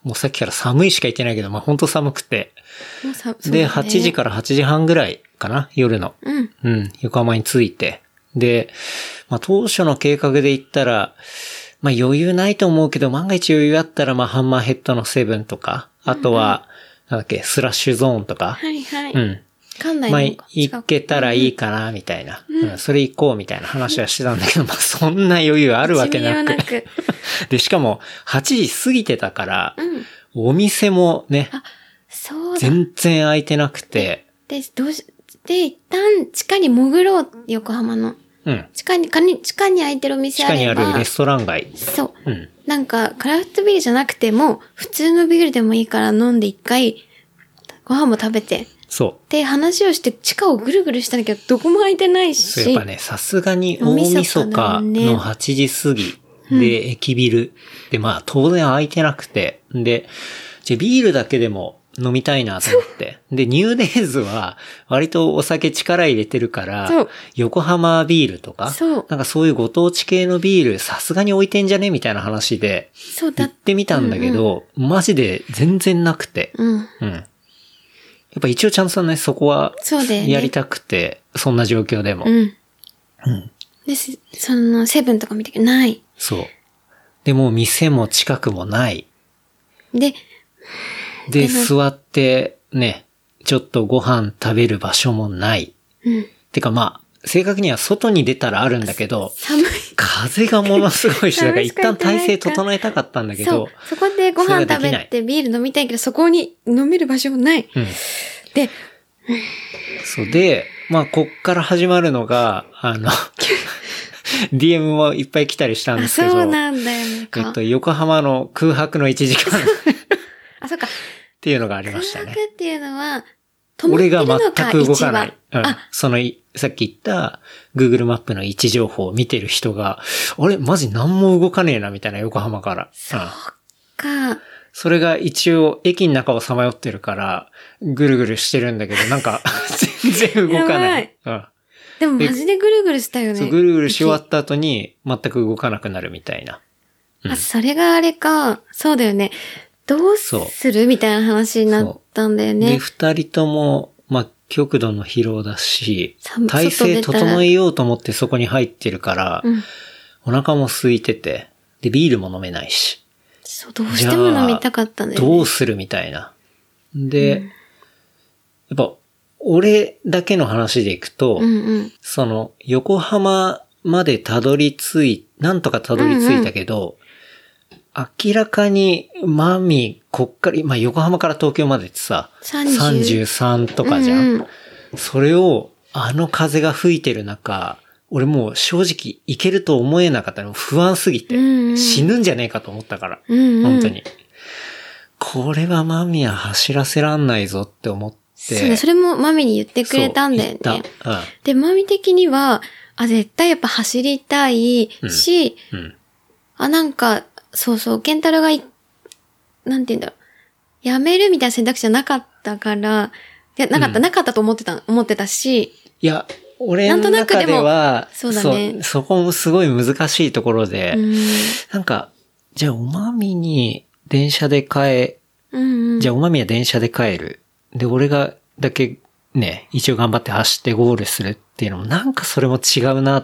もうさっきから寒いしか言ってないけど、まあ本当寒くて。で、8時から8時半ぐらいかな、夜の。横浜に着いて。で、まあ当初の計画で言ったら、まあ余裕ないと思うけど、万が一余裕あったら、まあハンマーヘッドのセブンとか、あとは、なんだっけ、スラッシュゾーンとか。 はいはい。 まあ、行けたらいいかな、みたいな。それ行こう、みたいな話はしてたんだけど、まあ、そんな余裕あるわけなく。で、しかも、8時過ぎてたから、お店もね、全然開いてなくて。 で、一旦地下に潜ろう、横浜の。地下に空いてるお店あれば。 地下にあるレストラン街。 そう。なんか、クラフトビールじゃなくても、普通のビールでもいいから飲んで一回、ご飯も食べて。 そう。 で、話をして地下をぐるぐるしたんだけど、どこも空いてないし。 やっぱね、さすがに大晦日の8時過ぎで、駅ビルで、まあ、当然空いてなくて。で、じゃビールだけでも飲みたいなと思って。で、ニューデイズは割とお酒力入れてるから、横浜ビールとか、なんかそういうご当地系のビールさすがに置いてんじゃねみたいな話で、行ってみたんだけど、マジで全然なくて。やっぱ一応ちゃんとね、そこはやりたくて、そんな状況でも。 で、そのセブンとか見たけどない。 そう。で、もう店も近くもない。で、座ってね、ちょっとご飯食べる場所もない。てかまあ、正確には外に出たらあるんだけど、 寒い。 風がものすごいし、だから一旦体勢整えたかったんだけど、 そこでご飯食べてビール飲みたいけど、そこに飲める場所もない。で、 そうで、まあ、こっから始まるのが、DM もいっぱい来たりしたんですけど、 そうなんだよね。 横浜の空白の1時間。 あ、そっか。 っていうのがありましたね。 空白っていうのは、 俺が全く動かない。その、さっき言った Google マップの位置情報を見てる人が、あれマジ何も動かねえなみたいな横浜から。 そっか。 それが一応駅の中をさまよってるから、ぐるぐるしてるんだけど、なんか全然動かない。 でもマジでぐるぐるしたよね。 そう、ぐるぐるし終わった後に全く動かなくなるみたいな。 それがあれか。そうだよね。どうするみたいな話になったんだよね。 で、二人とも、まあ、極度の疲労だし、体勢整えようと思ってそこに入ってるから、お腹も空いてて、で、ビールも飲めないし。 そう、どうしても飲みたかったんだよね。 どうするみたいな。で、やっぱ、俺だけの話でいくと、その、横浜までなんとかたどり着いたけど、明らかに、マミ、こっから、まあ、横浜から東京までってさ、33とかじゃん。それを、あの風が吹いてる中、俺もう正直行けると思えなかったの。不安すぎて、死ぬんじゃねえかと思ったから。本当に。これはマミは走らせらんないぞって思って。 そうね、それもマミに言ってくれたんだよね。で、マミ的には、絶対やっぱ走りたいし、なんか、そうそう、ケンタロウがなんて言うんだろう。やめるみたいな選択肢はなかったから、いや、なかったと思ってたし。 いや、俺の中では、そうだね。そこもすごい難しいところで、なんか、じゃあおまみに電車でじゃあおまみは電車で帰る。で、俺がだけね、一応頑張って走ってゴールするっていうのも、なんかそれも違うなと思っ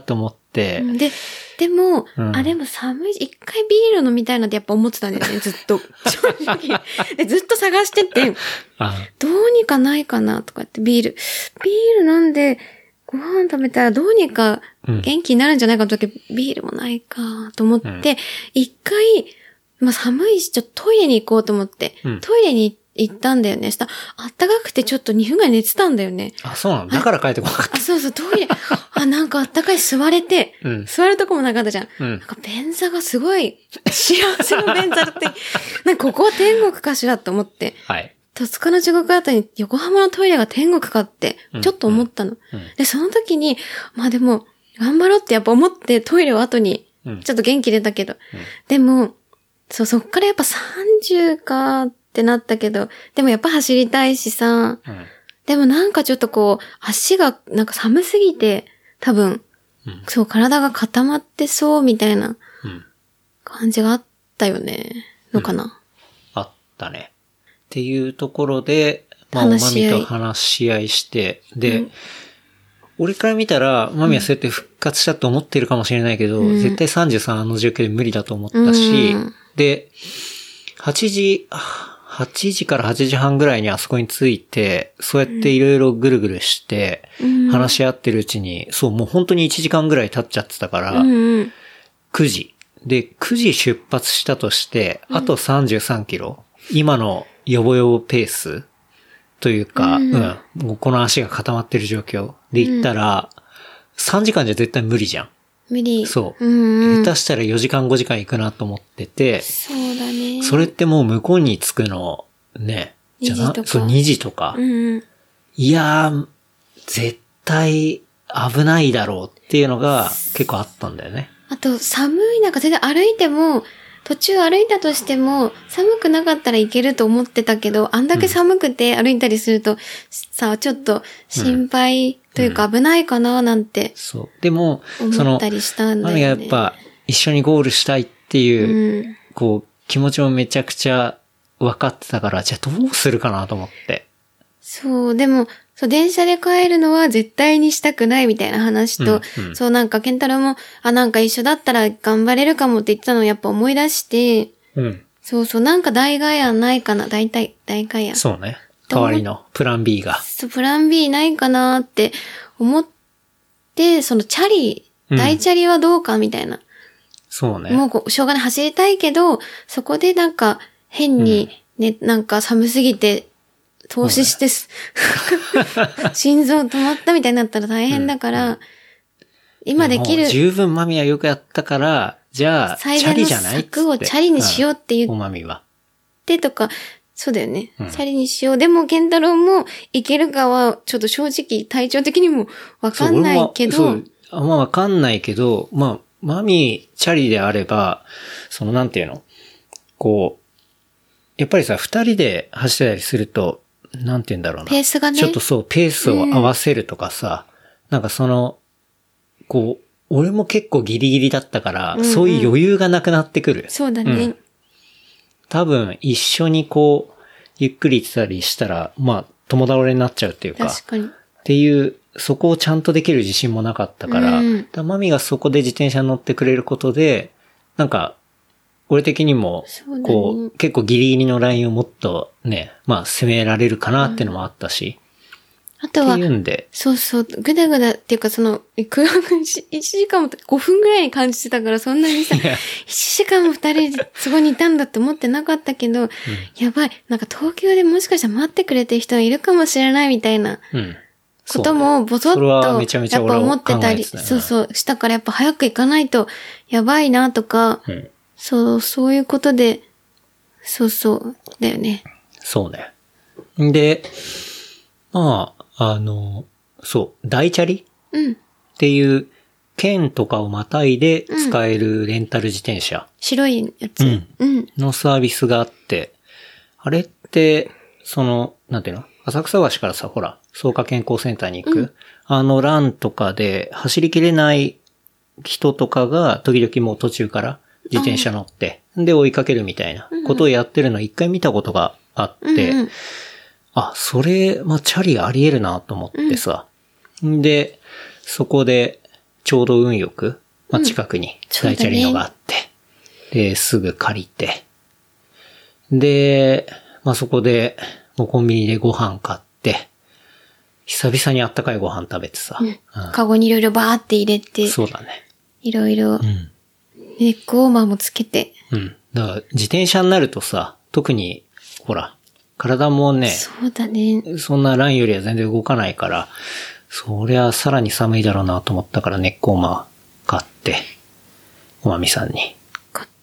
て。 でも、でも寒いし、一回ビール飲みたいなってやっぱ思ってたんだよね、ずっと。正直。で、ずっと探してて、どうにかないかなとかってビール飲んで、ご飯食べたらどうにか元気になるんじゃないかと思って、ビールもないかと思って、一回、寒いし、ちょっとトイレに行こうと思って、トイレに行ったんだよね。したら、あったかくてちょっと2分ぐらい寝てたんだよね。 あ、そうなの？だから帰ってこなかった。 そう、トイレ。なんかあったかい座れて、座るとこもなかったじゃん。なんか便座がすごい、幸せの便座って、なんかここは天国かしらと思って。 はい。 戸塚の地獄あたりに横浜のトイレが天国かって、ちょっと思ったの。で、その時に、でも、頑張ろうってやっぱ思ってトイレを後に、ちょっと元気出たけど。でも、そっからやっぱ30かってなったけど、でもやっぱ走りたいしさ、でもなんかちょっとこう、足がなんか寒すぎて、多分、そう体が固まってそうみたいな感じがあったよね、のかな。 あったね。っていうところで、おまみと話し合いして、で、俺から見たら、マミはそうやって復活したと思ってるかもしれないけど、絶対33あの状況で無理だと思ったし、で、8時から8時半ぐらいにあそこに着いて、そうやっていろいろぐるぐるして、話し合ってるうちに、そう、もう本当に1時間ぐらい経っちゃってたから、9時。で、9時出発したとして、あと33キロ。今のヨボヨボペースというか、もうこの足が固まってる状況で行ったら、3時間じゃ絶対無理じゃん。 無理。 そう。下手したら4時間5時間行くなと思ってて、 そうだね。 それってもう向こうに着くの、ね、 2時とか。 そう、2時とか。いやー、絶対危ないだろうっていうのが結構あったんだよね。 あと、寒い中全然歩いても、途中歩いたとしても、寒くなかったらいけると思ってたけど、あんだけ寒くて歩いたりすると、さ、ちょっと心配というか危ないかななんて。 そう。でも、 思ったりしたんだよね。 やっぱ一緒にゴールしたいっていう、こう、気持ちもめちゃくちゃ分かってたから、じゃあどうするかなと思って。 そう、でも、電車で帰るのは絶対にしたくないみたいな話と、そうなんか、ケンタロウも、なんか一緒だったら頑張れるかもって言ってたのをやっぱ思い出して、そう、なんか代替案ないかな、代替案。 そうね。代わりのプラン B が。 そう、プラン B ないかなって思って、チャリ、大チャリはどうかみたいな。 そうね。 もうしょうがない走りたいけど、そこでなんか変にね、なんか寒すぎて、投資して、心臓止まったみたいになったら大変だから、今できる。 十分マミはよくやったから、じゃあ、チャリじゃないっつって。 策をチャリにしようって言って。 おマミは。 でとか、そうだよね。チャリにしよう。でも、ケンタロウもいけるかは、ちょっと正直、体調的にもわかんないけど。そう、 わかんないけど、マミ、チャリであれば、なんていうの？こう、やっぱりさ、二人で走ってたりすると、なんて言うんだろうな。 ペースがね。 ちょっとそう、ペースを合わせるとかさ、なんかこう、俺も結構ギリギリだったから、そういう余裕がなくなってくる。 そうだね。 多分、一緒にこう、ゆっくり行ってたりしたら、共倒れになっちゃうっていうか。 確かに。 っていう、そこをちゃんとできる自信もなかったから、マミがそこで自転車に乗ってくれることで、なんか、俺的にも、こう、結構ギリギリのラインをもっとね、攻められるかなっていうのもあったし。 あとは、 っていうんで。 そう、ぐだぐだっていうか1時間も5分ぐらいに感じてたから、そんなにさ、1時間も2人でそこにいたんだって思ってなかったけど、やばい、なんか東京でもしかしたら待ってくれてる人がいるかもしれないみたいな。こともぼそっとやっぱ思ってたり、そうしたからやっぱ早く行かないとやばいなとか、そういうことで、だよね。 そうね。で、大チャリっていう、県とかをまたいで使えるレンタル自転車。 白いやつ。 のサービスがあって、あれって、なんていうの？浅草橋からさ、ほら、草加健康センターに行く、ランとかで走りきれない人とかが、時々もう途中から自転車乗って、で追いかけるみたいなことをやってるのを一回見たことがあって、それ、チャリあり得るなと思ってさ。で、そこで、 ちょうど運よく、まあ、近くに大チャリのがあって、で、すぐ借りて、で、まあ、そこで、もうコンビニでご飯買って、久々にあったかいご飯食べてさ。 カゴにいろいろバーって入れて。 そうだね。 いろいろ、ネックウォーマーもつけて。 だから、自転車になるとさ、特に、ほら、体もね、 そうだね。 そんなランよりは全然動かないから、そりゃさらに寒いだろうなと思ったからネックウォーマー買って、おまみさんに。 買って、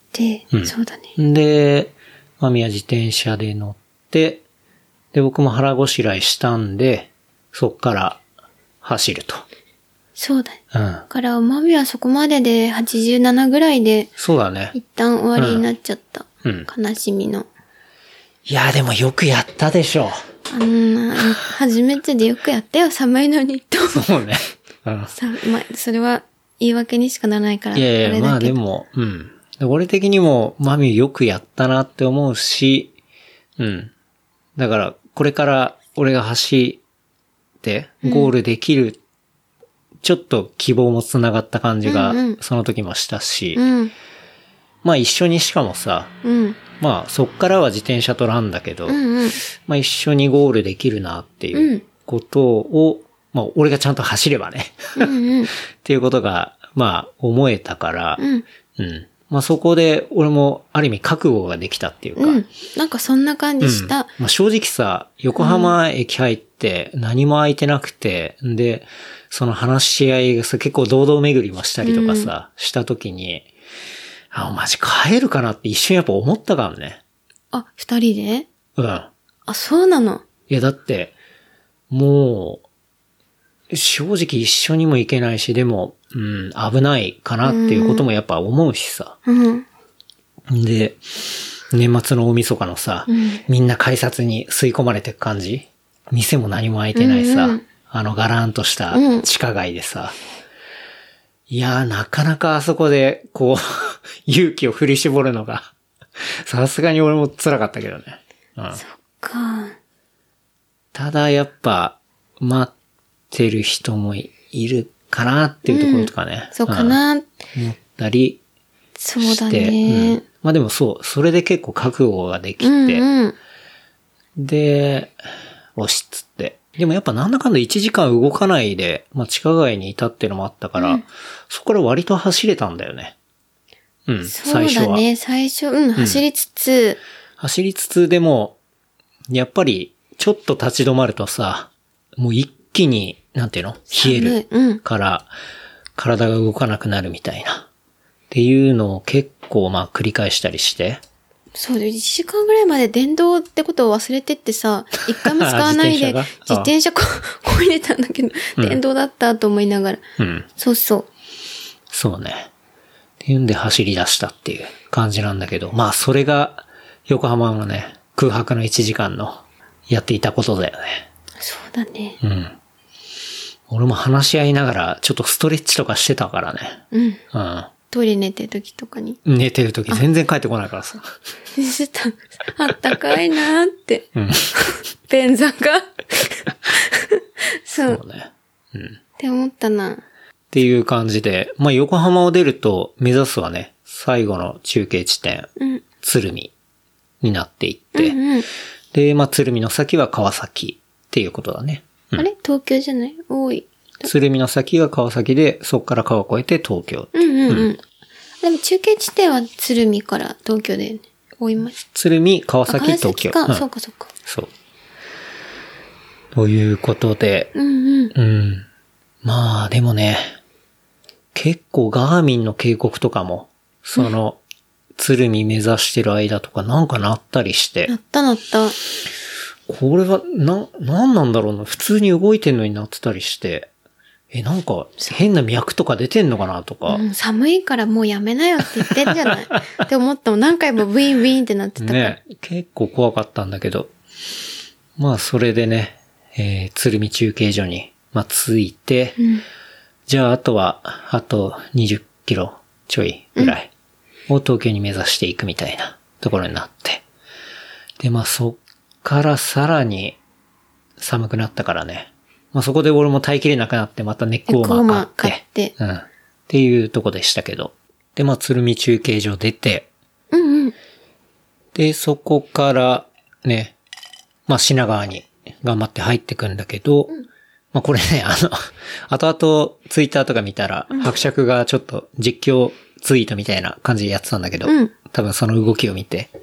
そうだね。 で、まみは自転車で乗って、で、僕も腹ごしらえしたんで、そっから走ると。 そうだね。だから、おまみはそこまでで87ぐらいで、 そうだね。 一旦終わりになっちゃった。悲しみの。 いや、でもよくやったでしょ。 初めてでよくやったよ、寒いのにと。 そうね。 それは言い訳にしかならないから。 いやいや、まあでも、俺的にも、マミよくやったなって思うし、だから、これから俺が走って、ゴールできる、ちょっと希望もつながった感じが、その時もしたし、まあ一緒にしかもさ、まあそっからは自転車とランだけど、まあ一緒にゴールできるなっていうことを、まあ俺がちゃんと走ればね、っていうことが、まあ思えたから、まあそこで俺もある意味覚悟ができたっていうか。 なんかそんな感じした。 まあ正直さ、横浜駅入って何も空いてなくて、で、その話し合いがさ、結構堂々巡りもしたりとかさ、した時に、マジ帰るかなって一瞬やっぱ思ったからね。 二人で？そうなの？ いやだって、もう、正直一緒にも行けないし、でも、危ないかなっていうこともやっぱ思うしさ。で、年末の大晦日のさ、みんな改札に吸い込まれてく感じ？店も何も開いてないさ、ガランとした地下街でさ、いやーなかなかあそこで、こう、勇気を振り絞るのが、さすがに俺も辛かったけどね。 そっか。 ただやっぱ、待ってる人もいるかなっていうところとかね。 そうかな。思ったりして。 そうだね。 まあでもそう、それで結構覚悟ができて、で、押しつって。でもやっぱなんだかんだ1時間動かないで、まあ地下街にいたっていうのもあったから、そこから割と走れたんだよね。最初は。そうだね、 最初、走りつつ。 走りつつでも、やっぱりちょっと立ち止まるとさ、もう一気に、なんていうの？冷えるから、体が動かなくなるみたいな。っていうのを結構まあ繰り返したりして。 そうで、1時間ぐらいまで電動ってことを忘れてってさ、一回も使わないで自転車こいでたんだけど、電動だったと思いながら。そうそう。 そうね。っていうんで走り出したっていう感じなんだけど、まあそれが横浜のね、空白の1時間のやっていたことだよね。 そうだね。 俺も話し合いながらちょっとストレッチとかしてたからね。 トイレ寝てる時とかに。 寝てる時全然帰ってこないからさ。 あったかいなーって。便座が。そうね。って思ったな。 っていう感じで、まあ横浜を出ると目指すはね、最後の中継地点、鶴見になっていって、で、まあ鶴見の先は川崎っていうことだね。 あれ東京じゃない？多い。 鶴見の先が川崎で、そこから川を越えて東京。 でも中継地点は鶴見から東京で追いました。 鶴見、川崎、東京。 そうかそうか。 そう。ということで、まあでもね、結構ガーミンの警告とかも、その、鶴見目指してる間とかなんか鳴ったりして。 鳴った。 これは、なんなんだろうな。普通に動いてんのになってたりして。なんか、変な脈とか出てんのかなとか。 寒いからもうやめなよって言ってんじゃないって思ったもん。何回もウィンウィンってなってたから。 ね、結構怖かったんだけど。まあ、それでね、鶴見中継所に、まあ、着いて、じゃあ、あと20キロちょいぐらいを東京に目指していくみたいなところになって。で、まあ、そっからさらに寒くなったからね。まあ、そこで俺も耐えきれなくなってまたネックウォーマー買って。 っていうとこでしたけど。で、まあ、鶴見中継所出て、で、そこからね、まあ、品川に頑張って入ってくんだけど、まあ、これね、後々ツイッターとか見たら、伯爵がちょっと実況ツイートみたいな感じでやってたんだけど、多分その動きを見て、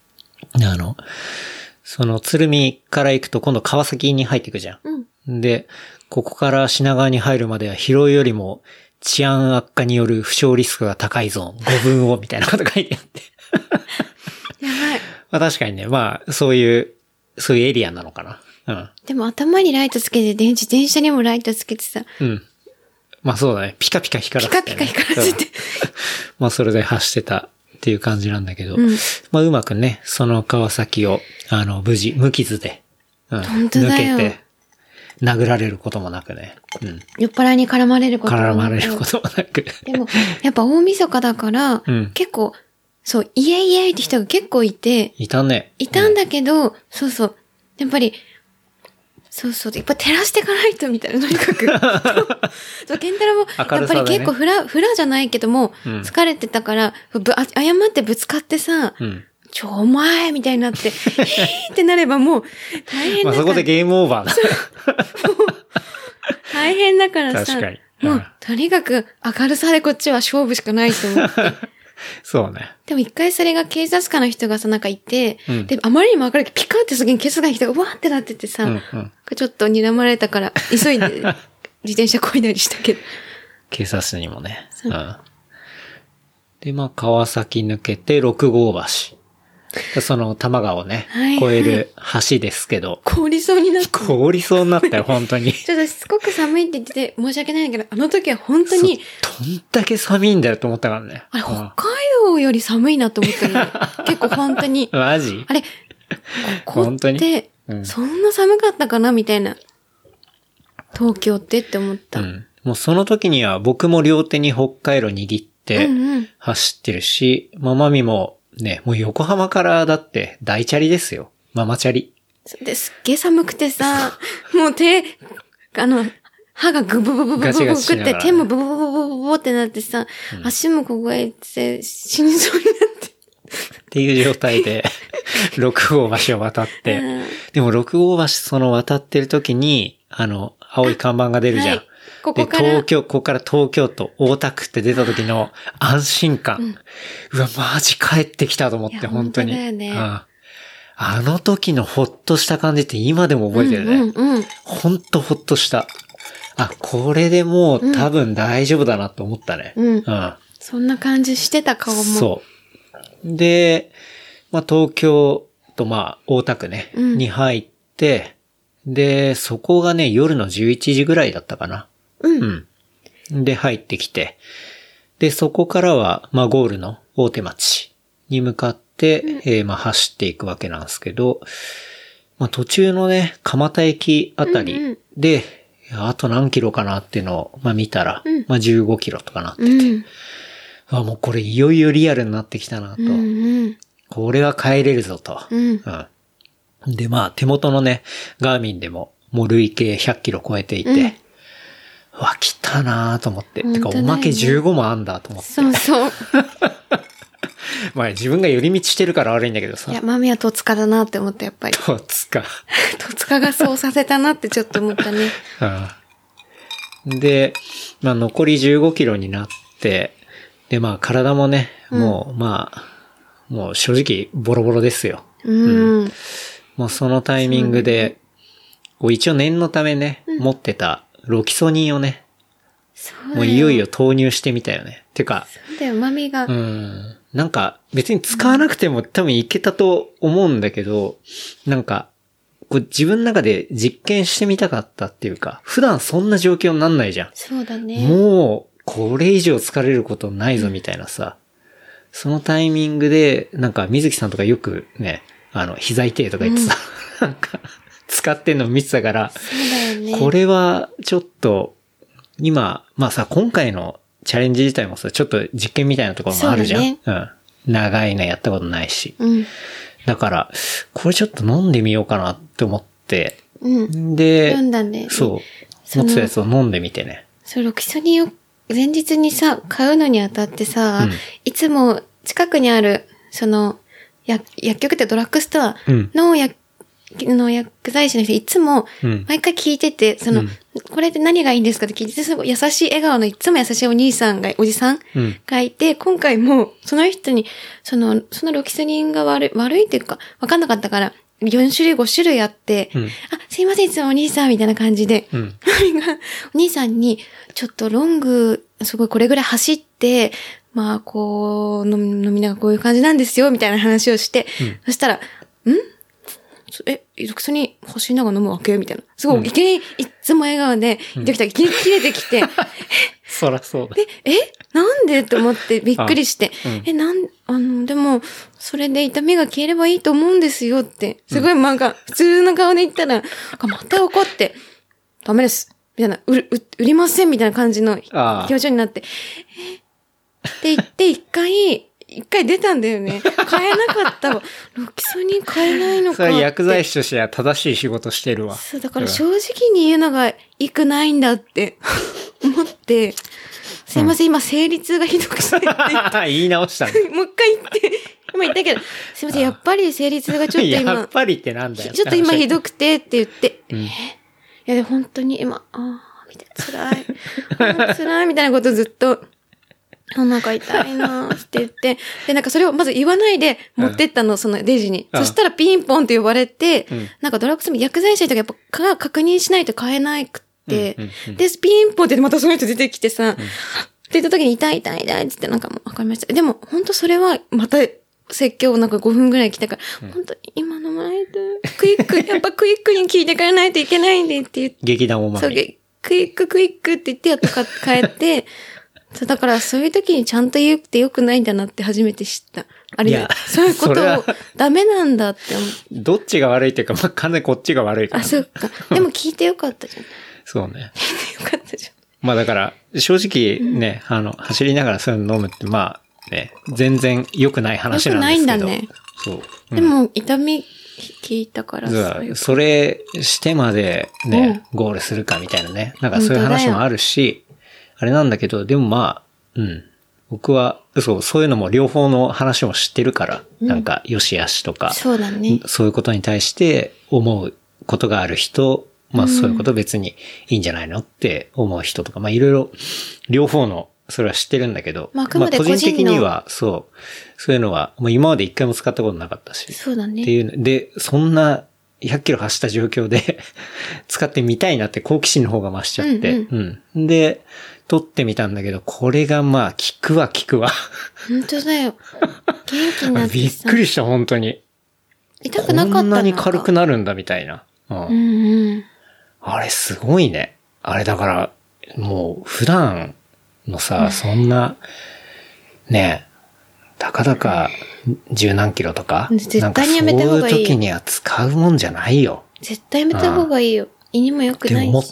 その鶴見から行くと今度川崎に入っていくじゃん。で、ここから品川に入るまでは広いよりも治安悪化による負傷リスクが高いゾーン5分をみたいなこと書いてあって。 やばい。 まあ確かにね、まあそういうエリアなのかな。 でも頭にライトつけて、自転車にもライトつけてさ。 まあそうだね。ピカピカ光らせて、ね。 ピカピカ光らせて。 まあそれで走ってたっていう感じなんだけど。まあうまくね、その川崎を、無事、無傷で、 本当だよ。 抜けて、殴られることもなくね。 酔っ払いに絡まれることもなく。 絡まれることもなく。 でも、やっぱ大晦日だから、結構、そう、イエイイエイって人が結構いて。 いたね。 いたんだけど、そうそう。やっぱり、そうそう。やっぱ照らしていかないとみたいな、とにかく。そう、ケンタロウも、やっぱり結構フラじゃないけども、疲れてたから、誤ってぶつかってさ、お前みたいになって、ってなればもう、大変だから。 まあそこでゲームオーバーだ。 大変だからさ、 確かに。 もう、とにかく明るさでこっちは勝負しかないと思って。 そうね。 でも一回それが警察官の人がさ、なんかいて、で、あまりにも明るくピカってすぐに警察官の人がうわーってなっててさ、ちょっと睨まれたから、急いで自転車こいだりしたけど。 警察にもね。で、まあ、川崎抜けて六郷橋。その多摩川をね、越える橋ですけど。 凍りそうになった。 凍りそうになったよ、本当に。 ちょっとしつこく寒いって言ってて申し訳ないんだけど、あの時は本当に。 どんだけ寒いんだよと思ったからね。 あれ、北海道より寒いなと思ったね。結構本当に。 マジ？ あれ、ここって、そんな寒かったかなみたいな。東京ってって思った。 もうその時には僕も両手に北海道握って走ってるし、マミもね、もう横浜からだって大チャリですよ。ママチャリ。 ですっげえ寒くてさ、もう歯がグブブブブブブブって、手もブブブブブブブってなってさ、足も凍えて死にそうになって。 っていう状態で、六郷橋を渡って、でも六郷橋その渡ってる時に、青い看板が出るじゃん。ここから東京都大田区って出た時の安心感。うわ、マジ帰ってきたと思って、本当に。 本当だよね。 あの時のほっとした感じって今でも覚えてるね。ほんとほっとした。あ、これでもう多分大丈夫だなと思ったね。 そんな感じしてた顔も。 そう。で、まあ東京とまあ大田区ね、に入って、で、そこがね、夜の11時ぐらいだったかな。で、入ってきて。で、そこからは、まあ、ゴールの大手町に向かって、まあ、走っていくわけなんですけど、まあ、途中のね、蒲田駅あたりで、あと何キロかなっていうのを、まあ、見たら、まあ、15キロとかなってて、あ、もうこれいよいよリアルになってきたなと。これは帰れるぞと。で、まあ、手元のね、ガーミンでも、もう累計100キロ超えていて、うわ、来たなぁと思って。てか、おまけ15もあんだと思って。 そうそう。 まあ、自分が寄り道してるから悪いんだけどさ。 いや、マミは戸塚だなって思った、やっぱり。 戸塚。 戸塚がそうさせたなってちょっと思ったね。 で、まあ、残り15キロになって、で、まあ、体もね、もう、まあ、もう正直、ボロボロですよ。もうそのタイミングで、一応念のためね、持ってたロキソニンをね、もういよいよ投入してみたよね。てか、 そうだよ、マミが。 なんか別に使わなくても多分いけたと思うんだけど、なんか、こう自分の中で実験してみたかったっていうか、普段そんな状況になんないじゃん。 そうだね。 もう、これ以上疲れることないぞみたいなさ、そのタイミングで、なんか水木さんとかよくね、膝痛いとか言ってさ、なんか、使ってんの見てたから、 そうだよね。 これはちょっと、今、まあさ、今回のチャレンジ自体もさ、ちょっと実験みたいなところもあるじゃん。長いのやったことないし。だから、これちょっと飲んでみようかなって思って、で、 飲んだんで、 そう、持ってたやつを飲んでみてね。 そう、ロキソニンを前日にさ、買うのにあたってさ、いつも近くにある、薬局ってドラッグストアの薬剤師の人いつも毎回聞いてて、これって何がいいんですかって聞いてて、すごい優しい笑顔のいつも優しいおじさんがいて、今回もその人に、そのロキソニンが悪いっていうか、わかんなかったから、4種類5種類あって、すいません、いつもお兄さんみたいな感じで、お兄さんに、ちょっとロング、すごいこれぐらい走って、まあ、こう、飲みながらこういう感じなんですよ、みたいな話をして、そしたら、ロキソニン走りながら飲むわけみたいな。すごい、いきなりいつも笑顔で、いきなり切れてきて。 そらそうだ。 なんでと思ってびっくりして。でも、それで痛みが消えればいいと思うんですよって。すごいなんか、普通の顔で言ったら、また怒って、ダメです。みたいな、売りませんみたいな感じの表情になって。って言って一回出たんだよね。買えなかったわ。ロキソニン買えないのかって。 それ薬剤師としては正しい仕事してるわ。 そう、だから正直に言うのが良くないんだって思って、すいません、今生理痛がひどくてって言い直したの。 もう一回今言ったけど、すいません、やっぱり生理痛がちょっと今。 やっぱりってなんだよ。 ちょっと今ひどくてって言って、いや、本当に今、みたいな、辛いみたいなことずっと、お腹痛いなーって言って、で、なんかそれをまず言わないで持ってったの、そのレジに。そしたらピンポンって呼ばれて、なんかドラッグストア薬剤師とかやっぱ確認しないと買えなくて、で、ピンポンってまたその人出てきてさ、って言った時に痛いって言ってなんかもうわかりました。でも本当それはまた説教なんか5分ぐらい来たから、本当に今飲まないと、やっぱクイックに聞いてかれないといけないんでって言って。 劇団おまみ。 そう、クイックって言ってやっと帰って、そう、だからそういう時にちゃんと言って良くないんだなって初めて知った。あれ、そういうことをダメなんだって思う。 どっちが悪いっていうか、まあ、完全にこっちが悪いから、ね。 そっか。でも聞いてよかったじゃん。 そうね。 聞いてよかったじゃん。 まあだから、正直ね、走りながらそういうの飲むって、まあね、全然良くない話なんですけど。良くないんだね。そう。 でも、痛み聞いたからそれしてまでね、ゴールするかみたいなね。なんかそういう話もあるし、あれなんだけど、でもまあ、僕は、そういうのも両方の話も知ってるから、なんか、よしあしとか、 そうだね。 そういうことに対して思うことがある人、まあそういうこと別にいいんじゃないのって思う人とか、まあいろいろ、両方の、それは知ってるんだけど、 まあ個人的には、そういうのは、もう今まで一回も使ったことなかったし。 そうだね。 っていう、で、そんな、100キロ走った状況で使ってみたいなって好奇心の方が増しちゃって、で、撮ってみたんだけど、これがまあ、効くわ。 本当だよ。元気になってびっくりした、本当に。 痛くなかったのか。 こんなに軽くなるんだ、みたいな。あれ、すごいね。あれ、だから、もう、普段のさ、そんな、ね、たかだか、十何キロとか。 絶対にやめた方がいい。 そういう時には使うもんじゃないよ。 絶対やめた方がいいよ。胃にも良くないし。 って思った。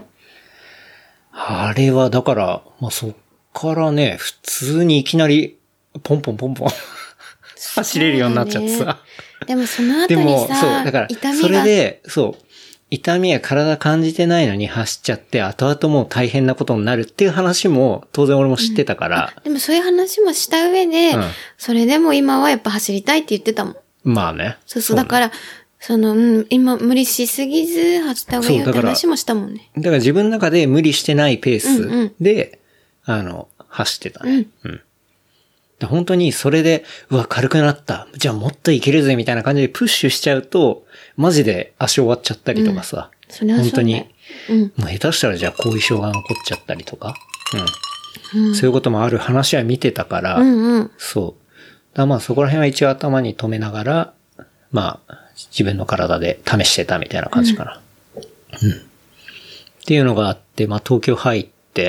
あれは、だから、まあ、そっからね、普通にいきなり、ポンポン走れるようになっちゃってさ。 でもその後にさ、 だから、それで、痛みや体感じてないのに走っちゃって、後々もう大変なことになるっていう話も、当然俺も知ってたから。 でもそういう話もした上で、それでも今はやっぱ走りたいって言ってたもん。 まあね。 そう、だから、今無理しすぎず走った方がいいよって話もしたもんね。 だから自分の中で無理してないペースで、走ってたね。本当にそれで、うわ、軽くなった。じゃあもっといけるぜみたいな感じでプッシュしちゃうと、マジで足終わっちゃったりとかさ。本当に。もう下手したらじゃあ後遺症が残っちゃったりとか。そういうこともある話は見てたから、そう。だからまあそこら辺は一応頭に留めながら、まあ自分の体で試してたみたいな感じかな。っていうのがあって、まあ東京入って、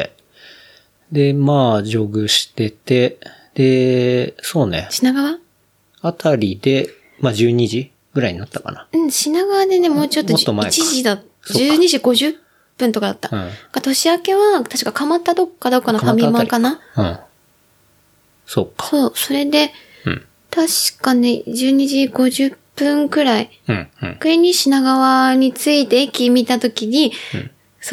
で、まあジョグしてて、で、そうね。 品川あたりで、まあ12時ぐらいになったかな。 品川でね、もうちょっと1時だ。12時50分とかだった。年明けは、確か蒲田どっかのファミマかな。 そうか。 そう、それで、確かね、12時50分くらい。くらいに品川に着いて駅見たときに、そう、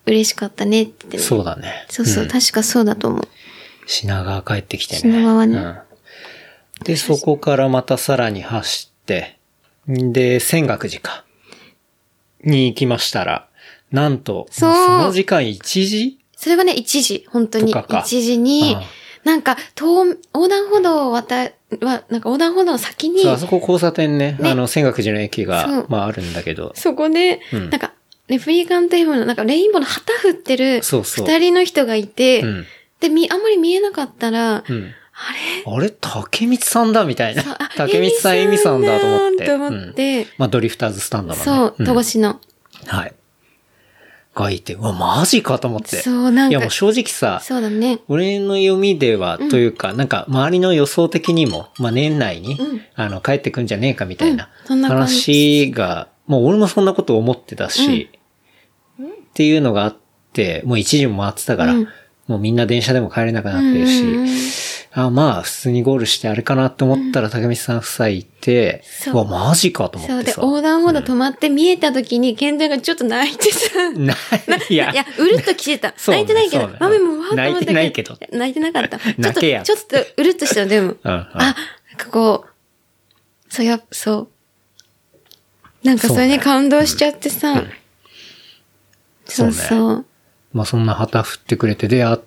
嬉しかったねって言ってね。 そうだね。 そうそう、確かそうだと思う。 品川帰ってきてね。 品川ね。 で、そこからまたさらに走って、で、泉岳寺か。に行きましたら、なんと、その時間1時？ それがね、1時、本当に。1時に、なんか、横断歩道なんか横断歩道の先に。 そう、あそこ交差点ね。泉岳寺の駅が、まああるんだけど。 そこで、なんか、レプリカントヘブンのなんかレインボーの旗振ってる、二人の人がいて、で、あんまり見えなかったら、 あれ竹光さんだみたいな。竹光さん、エミさんだと思って。まあドリフターズスタンドのね。 そう、戸越の。 はい。がいて、うわ、マジかと思って。 そう、なんか。 いやもう正直さ、 そうだね。 俺の読みでは、というか、なんか周りの予想的にも、まあ年内に、帰ってくんじゃねえかみたいな話が、もう俺もそんなこと思ってたし、っていうのがあって、もう1時も回ってたから、もうみんな電車でも帰れなくなってるし、まあ普通にゴールしてあれかなって思ったら竹光さん夫妻いて、うわ、マジかと思ってさ。 そうで、横断歩道止まって見えた時に、健太がちょっと泣いてさ。いや、うるっと来てた。泣いてないけど、マミもわーっと泣いてないけど。 泣いてなかった。 泣けや。 ちょっとうるっとしたでも。こう、そう。なんかそれに感動しちゃってさ。そうそう。 まあそんな旗振ってくれて出会って、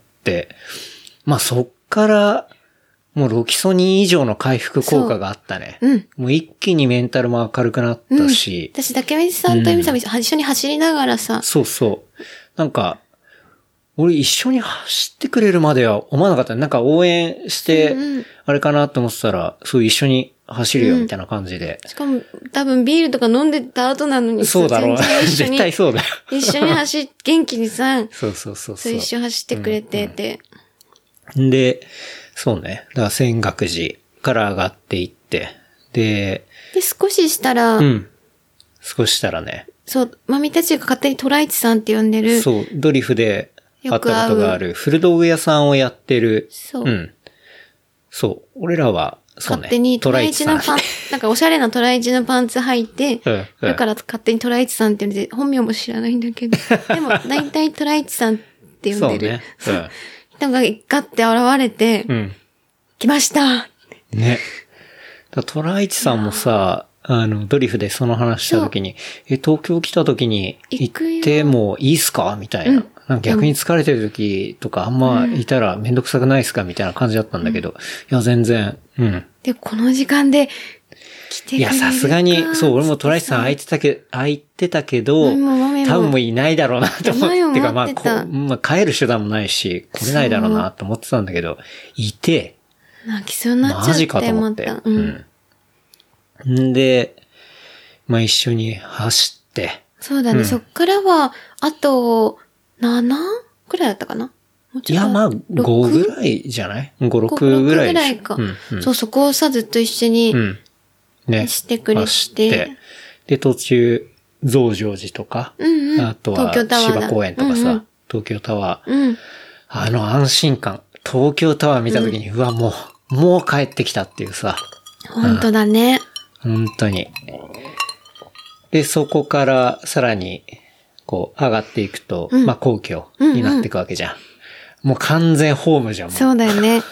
まあそっから、もうロキソニン以上の回復効果があったね。もう一気にメンタルも明るくなったし。 私、竹光さんとエミさんも一緒に走りながらさ。 そうそう。なんか、俺一緒に走ってくれるまでは思わなかった。なんか応援して、あれかなと思ってたら、そう一緒に走るよみたいな感じで。 しかも多分ビールとか飲んでた後なのにそうだろう。絶対そうだよ。 一緒に元気にさ。 そう。 一緒に走ってくれてて。 で、そうね。だから泉岳寺から上がっていって、で、 少ししたら、 少ししたらね。 そう、マミたちが勝手にトライチさんって呼んでる。 そう、ドリフで会ったことがある古道具屋さんをやってる。 そう。 そう、俺らは、そうね。 勝手にトライチのパン、なんかおしゃれなトライチのパンツ履いて、だから勝手にトライチさんって呼んで、本名も知らないんだけど、でも大体トライチさんって呼んでる。 そうね。 人がガッて現れて、来ましたね。トライチさんもさ、ドリフでその話した時に、東京来た時に行ってもいいっすかみたいな。なんか逆に疲れてる時とかあんまいたらめんどくさくないっすかみたいな感じだったんだけど、いや全然、 で、この時間で来てくれるか。 いや、さすがに、そう、俺もトライチさん空いてたけど、多分もういないだろうなと思って、てかまあ、帰る手段もないし、来れないだろうなと思ってたんだけど、いて、 泣きそうになっちゃって。 マジかと思って。んで、まあ一緒に走って。 そうだね、そっからは、あと、7くらいだったかな？ いや、まあ、5ぐらいじゃない ?5、6ぐらい。 6ぐらいか。そう、そこをさ、ずっと一緒に、 ね。 してくれて。 で、途中、増上寺とか、あとは、芝公園とかさ、東京タワー。安心感。東京タワー見たときに、うわ、もう帰ってきたっていうさ。 本当だね。 本当に。で、そこからさらに、こう、上がっていくと、まあ、皇居になっていくわけじゃん。もう完全ホームじゃん。 そうだよね。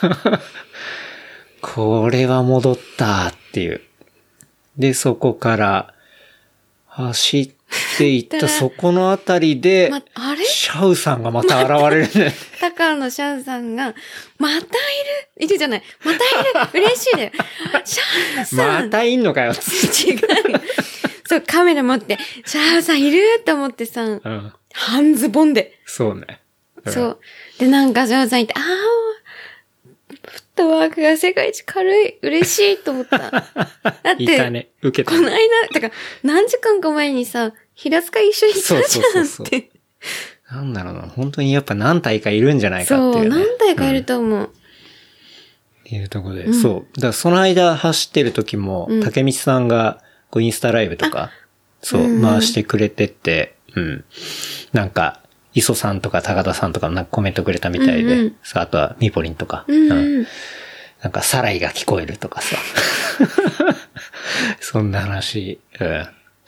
これは戻ったっていう。で、そこから、走っていったそこのあたりで、 あれシャウさんがまた現れるね。 高野シャウさんが、またいるじゃない。またいる嬉しいね。シャウさん。 またいんのかよ。 違う。そう、カメラ持って、シャウさんいると思ってさ、半ズボンで。 そうね。 そう。で、なんかシャウさんいて、フットワークが世界一軽い。嬉しいと思った。だって、 いたね。受けた。 この間、だから何時間か前にさ、平塚一緒に行ったじゃんって。 なんだろうな。本当にやっぱ何体かいるんじゃないかっていう、ね。 そう、何体かいると思う。 っていうところで、そう。だからその間走ってる時も、竹道さんが、こうインスタライブとか、そう、回してくれてて、なんか、磯さんとか高田さんとかなんかコメントくれたみたいで、さあとはミポリンとか、なんかサライが聞こえるとかさ、そんな話、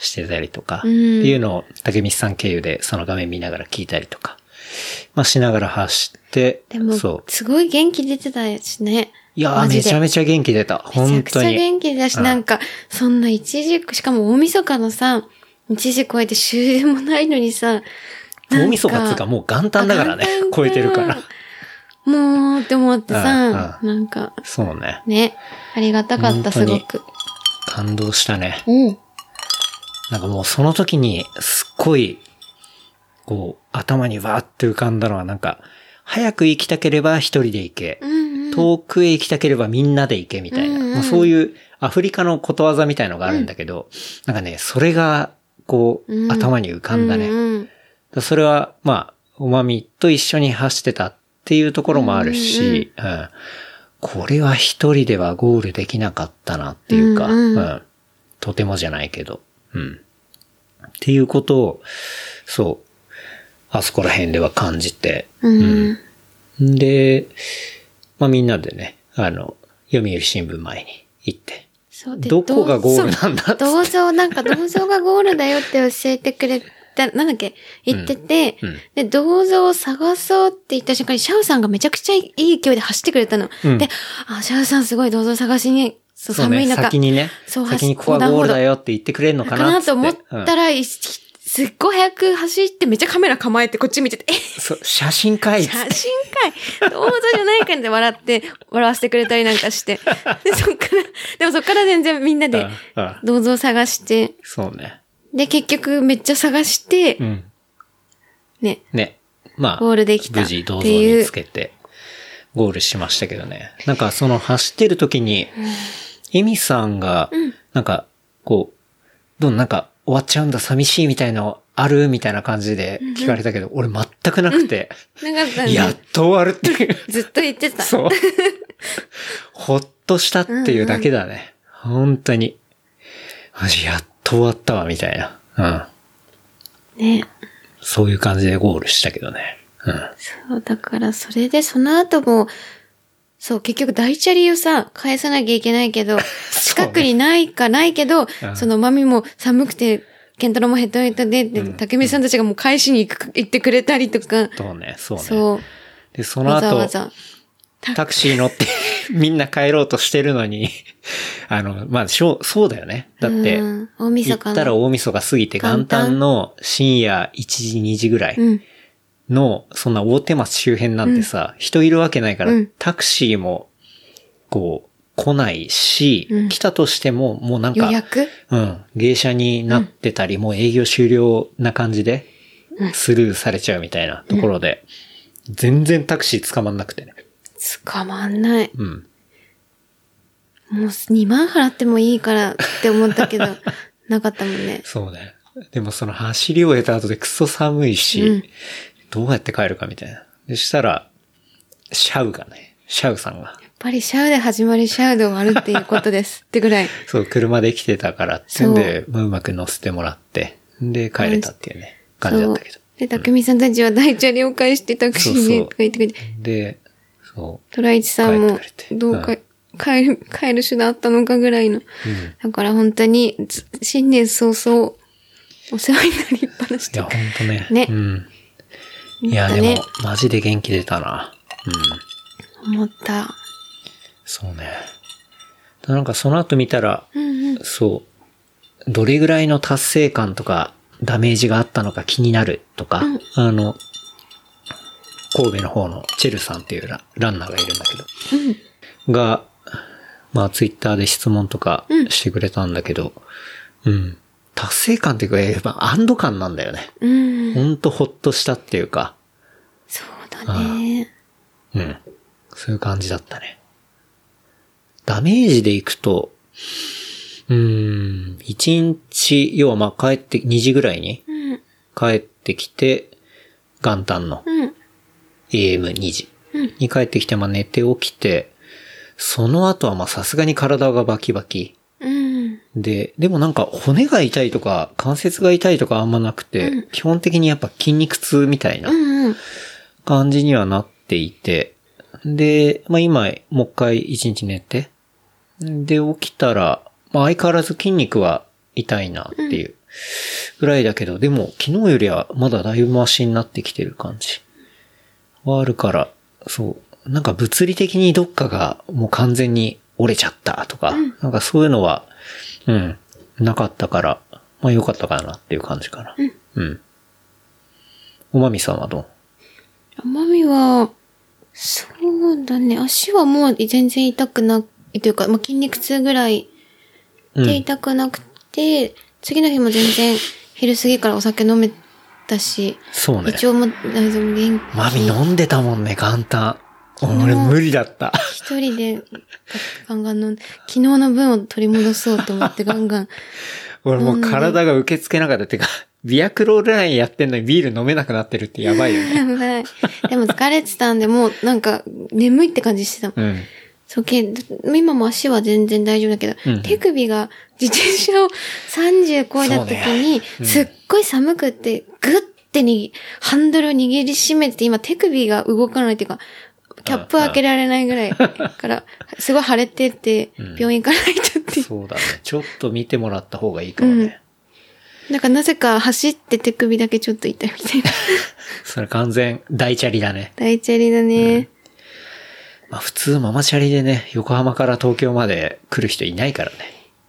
してたりとか、っていうのを竹光さん経由でその画面見ながら聞いたりとか、まあしながら走って、 でも、すごい元気出てたしね。 いやー、めちゃめちゃ元気出た。本当に。 めちゃくちゃ元気だし、なんか、そんなしかも大晦日のさ、1時超えて終電もないのにさ、 大晦日つうかもう元旦だからね、超えてるから。 もう、って思ってさ、なんか。 そうね。 ね。ありがたかった、すごく。 感動したね。 うん。 なんかもうその時に、すっごい、こう、頭にわーって浮かんだのはなんか、早く行きたければ一人で行け。遠くへ行きたければみんなで行けみたいな。まあ、そういうアフリカのことわざみたいのがあるんだけど、なんかね、それが、こう、頭に浮かんだね。それは、まあ、おまみと一緒に走ってたっていうところもあるし、これは一人ではゴールできなかったなっていうか、とてもじゃないけど、っていうことを、そう、あそこら辺では感じて、で、まあみんなでね、読売新聞前に行って、どこがゴールなんだって。 銅像がゴールだよって教えてくれた、なんだっけ、言ってて、で、銅像を探そうって言った瞬間にシャウさんがめちゃくちゃいい勢いで走ってくれたの。で、シャウさんすごい銅像探しに、寒い中。 先にね、先にここはゴールだよって言ってくれるのかなって。 と思ったら、すっごい早く走ってめっちゃカメラ構えてこっち見てて、 そう、写真かい。 写真かい。銅像じゃないかんで笑わせてくれたりなんかして。で、そっから全然みんなで銅像探して。 そうね。 で、結局めっちゃ探して、ね。 まあ、 ゴールできた。 無事銅像につけて、ゴールしましたけどね。なんかその走ってる時に、エミさんが、なんか、こう、なんか終わっちゃうんだ寂しいみたいなのあるみたいな感じで聞かれたけど、俺全くなくて、 なかったね。 やっと終わるっていう。 ずっと言ってた。 そう。ほっとしたっていうだけだね。本当に。マジやっと終わったわみたいな。 ね。 そういう感じでゴールしたけどね。 そう、だからそれでその後も、そう、結局大チャリをさ、返さなきゃいけないけど、近くにないけど、そのマミも寒くて、ケンタロウもヘトヘトで、竹見さんたちがもう返しに行ってくれたりとか。 そうね。 そう。 で、その後、タクシー乗ってみんな帰ろうとしてるのに、まあ、そうだよね。だって、行ったら大晦日過ぎて元旦の深夜1時2時ぐらい。の、そんな大手町周辺なんてさ、人いるわけないから、タクシーも、こう、来ないし、来たとしても、もうなんか、 予約？ 芸者になってたり、もう営業終了な感じで、スルーされちゃうみたいなところで、全然タクシー捕まんなくてね。 捕まんない。もう2万払ってもいいからって思ったけど、なかったもんね。 そうね。でもその走り終えた後でクソ寒いし、どうやって帰るかみたいな。でしたら、シャウさんが。 やっぱりシャウで始まりシャウで終わるっていうことですってぐらい。 そう、車で来てたからってんで、うまく乗せてもらって、で、帰れたっていうね、感じだったけど。 で、匠さんたちは大チャリを返してタクシーに帰ってくれて。 で、そう。 トライチさんも、どうか、帰る手段あったのかぐらいの。だから本当に、新年早々、お世話になりっぱなし。 いや、本当ね。 ね。 いや、でも、マジで元気出たな。 思った。 そうね。なんかその後見たら、そう、どれぐらいの達成感とか、ダメージがあったのか気になるとか、神戸の方のチェルさんっていうランナーがいるんだけど、が、まあツイッターで質問とかしてくれたんだけど、達成感っていうか、やっぱ安堵感なんだよね。ほんとほっとしたっていうか。 そうだね。 そういう感じだったね。ダメージでいくと、1日、要はまあ帰って、2時ぐらいに帰ってきて、元旦の AM2 時に帰ってきて、まあ寝て起きて、その後はまあさすがに体がバキバキ。でもなんか骨が痛いとか関節が痛いとかあんまなくて、基本的にやっぱ筋肉痛みたいな感じにはなっていて、で、まあ今もう一回一日寝て、で起きたら、まあ相変わらず筋肉は痛いなっていう。 ぐらいだけど、でも昨日よりはまだだいぶマシになってきてる感じはあるから、そう。なんか物理的にどっかがもう完全に折れちゃったとか、なんかそういうのは、なかったから、まあ良かったかなっていう感じかな。おまみさんはどう？ おまみは、そうだね。足はもう全然痛くないというか、まあ、筋肉痛ぐらいで痛くなくて、次の日も全然昼過ぎからお酒飲めたし、 そうね。 胃腸も大丈夫元気。 マミ飲んでたもんね、元旦。俺無理だった。 一人でガンガン飲んで、昨日の分を取り戻そうと思ってガンガン。 俺もう体が受け付けなかった。ってか、ビアクロールラインやってんのにビール飲めなくなってるってやばいよね。 やばい。でも疲れてたんで、もうなんか眠いって感じしてたもん。そう今も足は全然大丈夫だけど、手首が自転車を30超えた時に、すっごい寒くって、グッてハンドルを握りしめて、今手首が動かないっていうか、キャップ開けられないぐらいから、すごい腫れてて、病院行かないとって。 そうだね。ちょっと見てもらった方がいいかもね。 なんかなぜか走って手首だけちょっと痛いみたいな。 それ完全大チャリだね。 大チャリだね。 まあ普通ママチャリでね、横浜から東京まで来る人いないからね。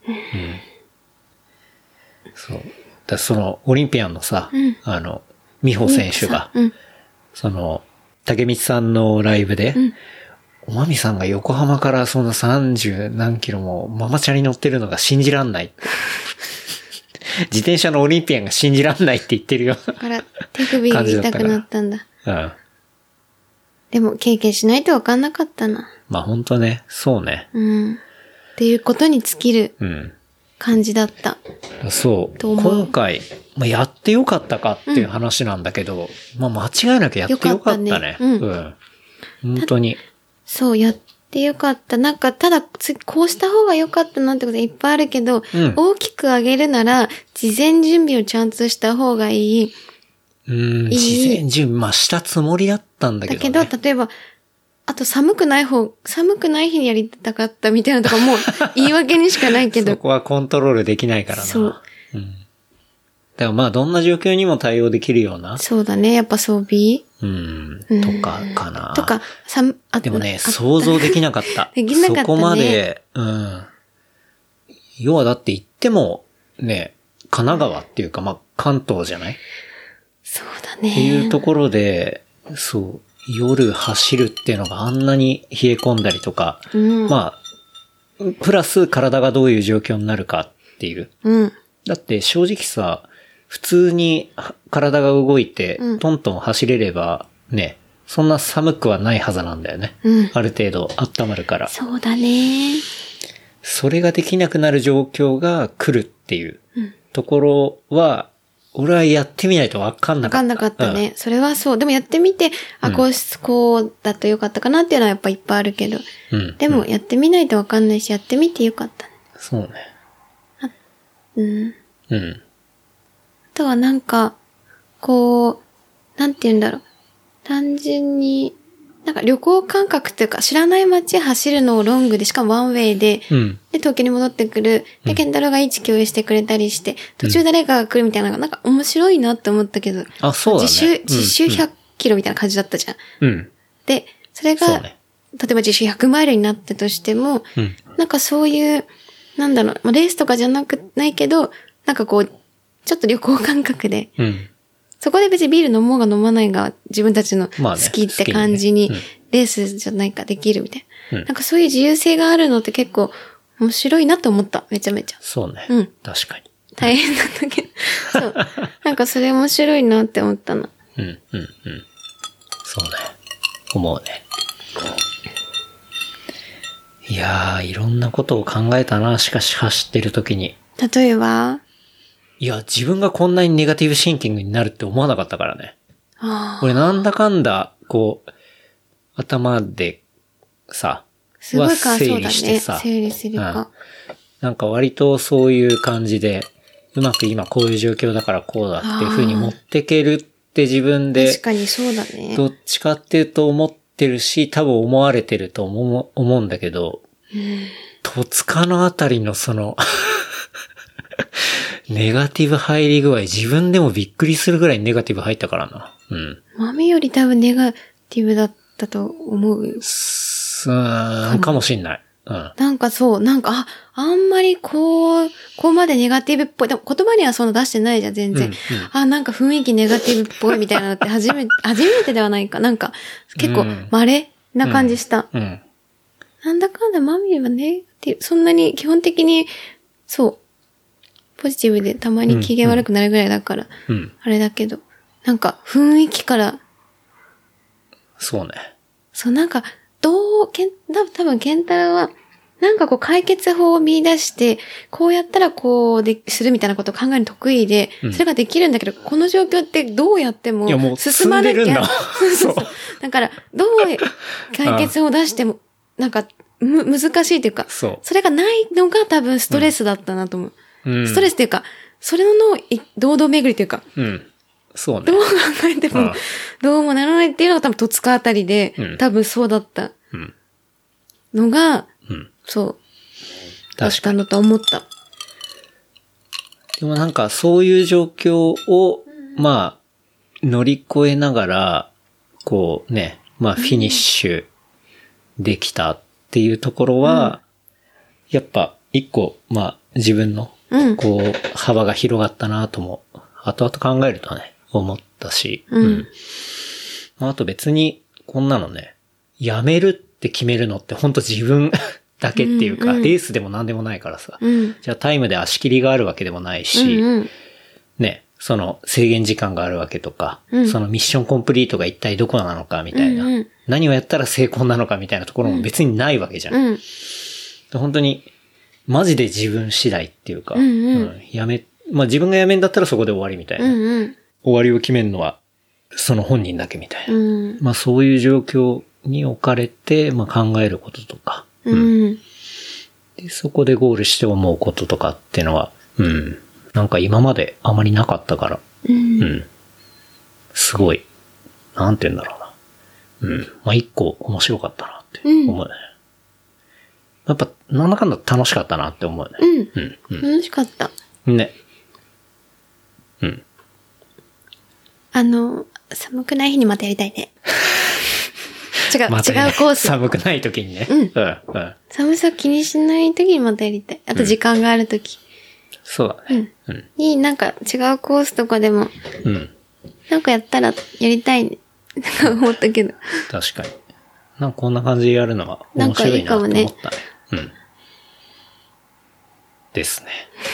そう。だそのオリンピアンのさ、美穂選手が、その、竹光さんのライブで、おまみさんが横浜からその30何キロもママチャリ乗ってるのが信じらんないって。自転車のオリンピアンが信じらんないって言ってるよ。 だから手首が痛くなったんだ。でも経験しないと分かんなかったな。 まあ本当ね、そうね。 っていうことに尽きる感じだった。 そう。今回、まあ、やってよかったかっていう話なんだけど、まあ間違いなくやってよかったね。本当に。そう、 やってよかった。なんか、ただ、こうした方がよかったなってこといっぱいあるけど、大きく上げるなら、事前準備をちゃんとした方がいい。 事前準備、まあしたつもりだったんだけど、ね。 だけど、例えば、あと寒くない日にやりたかったみたいなとかもう言い訳にしかないけど。 そこはコントロールできないからな。そう。だからまあどんな状況にも対応できるような。 そうだね。やっぱ装備とかかな。 とか、 でもね、想像できなかった。 できなかったね。 そこまで、要はだって言っても、ね、神奈川っていうかまあ関東じゃない？ そうだね。 っていうところで、そう、夜走るっていうのがあんなに冷え込んだりとか、まあ、プラス体がどういう状況になるかっていう。だって正直さ、普通に体が動いて、トントン走れれば、ね、そんな寒くはないはずなんだよね。ある程度温まるから。 そうだね。 それができなくなる状況が来るっていうところは、俺はやってみないと分かんなかった。 分かんなかったね。それはそう。でもやってみて、こうだとよかったかなっていうのはやっぱいっぱいあるけど。でもやってみないと分かんないし、やってみてよかったね。 そうね。あとはなんか、なんて言うんだろう。単純に、なんか旅行感覚っていうか、知らない街走るのをロングで、しかもワンウェイで、で、東京に戻ってくる。で、ケンタロウが位置共有してくれたりして、途中誰かが来るみたいなのが、なんか面白いなって思ったけど。 あ、そうだね。 実習100キロみたいな感じだったじゃん。で、それが、例えば実習100マイルになったとしても、なんかそういう、なんだろう、レースとかじゃないけど、なんかちょっと旅行感覚で、そこで別にビール飲もうが飲まないが自分たちの好きって感じに、レースじゃないかできるみたいな。なんかそういう自由性があるのって結構面白いなと思った。めちゃめちゃ。 そうね。確かに。 大変なんだけど。そう。なんかそれ面白いなって思ったな。 そうね。思うね。いやー、いろんなことを考えたな、しかし走ってる時に。 例えば？ いや、自分がこんなにネガティブシンキングになるって思わなかったからね。俺なんだかんだ、頭でさ、 すごい整理してさ、 整理するか。 なんか割とそういう感じで、うまく今こういう状況だからこうだっていう風に持ってけるって自分で、 確かにそうだね。 どっちかっていうと思ってるし、多分思われてると思うんだけど、戸塚のあたりのネガティブ入り具合、自分でもびっくりするぐらいネガティブ入ったからな。うん。 マミより多分ネガティブだったと思うよ。 かもしんない。うん。 なんかそう、なんか、あんまりこうまでネガティブっぽい。でも言葉にはそんな出してないじゃん、全然。なんか雰囲気ネガティブっぽいみたいなのって初めてではないか。なんか、結構、稀な感じした。なんだかんだマミはネガティブ、そんなに基本的に、そう、ポジティブでたまに機嫌悪くなるぐらいだから、あれだけど、なんか雰囲気から、 そうね。 そう、なんか、多分ケンタロウは、なんかこう解決法を見出して、こうやったらこうするみたいなことを考えるの得意で、それができるんだけど、この状況ってどうやっても進まなきゃ。そう。だから、どう解決法を出しても、なんか、難しいというか、それがないのが多分ストレスだったなと思う。ストレスっていうか、それの堂々巡りというか、 そうね。 どう考えても、どうもならないっていうのが多分戸塚あたりで、多分そうだったのが、そう、だったんだと思った。 でもなんかそういう状況を、まあ、乗り越えながら、こうね、まあフィニッシュできたっていうところは、やっぱ一個、まあ自分の、こう、幅が広がったなとも、後々考えるとね、思ったし、まあ、あと別に、こんなのね、やめるって決めるのって本当自分だけっていうか、レースでも何でもないからさ、じゃあタイムで足切りがあるわけでもないし、ね、その制限時間があるわけとか、そのミッションコンプリートが一体どこなのかみたいな、何をやったら成功なのかみたいなところも別にないわけじゃん。本当に、マジで自分次第っていうか、まあ自分がやめんだったらそこで終わりみたいな。終わりを決めるのは、その本人だけみたいな。まあそういう状況に置かれて、まあ考えることとか、で、そこでゴールして思うこととかっていうのは、なんか今まであまりなかったから、すごい、なんて言うんだろうな。まあ一個面白かったなって思うね。やっぱ、なんだかんだ楽しかったなって思うね。 楽しかった。 ね。 寒くない日にまたやりたいね。違うコース。 寒くない時にね。 寒さ気にしない時にまたやりたい。あと時間がある時。 そうだね。 に、なんか違うコースとかでも、なんかやったらやりたいね。なんか思ったけど。 確かに。なんかこんな感じでやるのは面白いなと思ったね。ですね。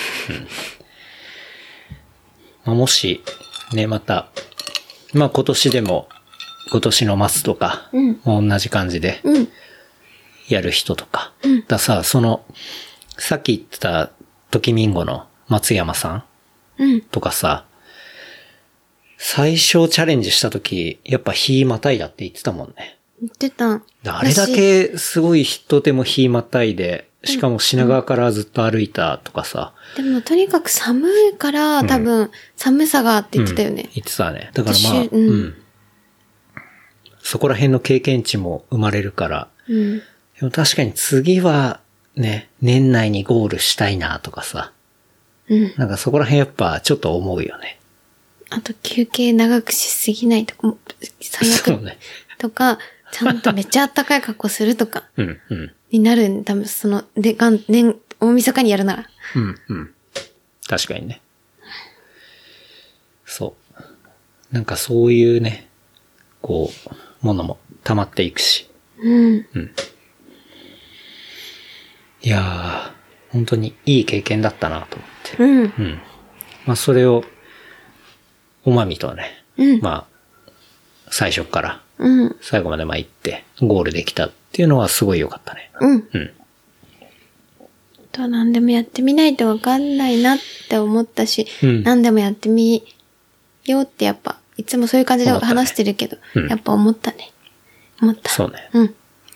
まあ、もし、ね、また、まあ今年でも、今年の末とか、同じ感じで、やる人とか。ださ、さっき言ってた、ときみんごの松山さんとかさ、最初チャレンジした時、やっぱ日またいだって言ってたもんね。 言ってた。 あれだけすごいとても日またいで、しかも品川からずっと歩いたとかさ。 でもとにかく寒いから、多分寒さがって言ってたよね。 言ってたね。だからまあ、そこら辺の経験値も生まれるから。でも確かに次はね、年内にゴールしたいなとかさ。なんかそこら辺やっぱちょっと思うよね。 あと休憩長くしすぎないとか、最悪とか、ちゃんとめっちゃ暖かい格好するとか、になるん多分大晦日にやるなら。 確かにね。そう。なんかそういうね、こう、ものも溜まっていくし。いやー、本当にいい経験だったなと思って。まあそれを、おまみとね、まあ、最初から最後まで行ってゴールできたっていうのはすごい良かったね。 と何でもやってみないとわかんないなって思ったし、何でもやってみようってやっぱ、いつもそういう感じで話してるけど、やっぱ思ったね。思った。 そうね。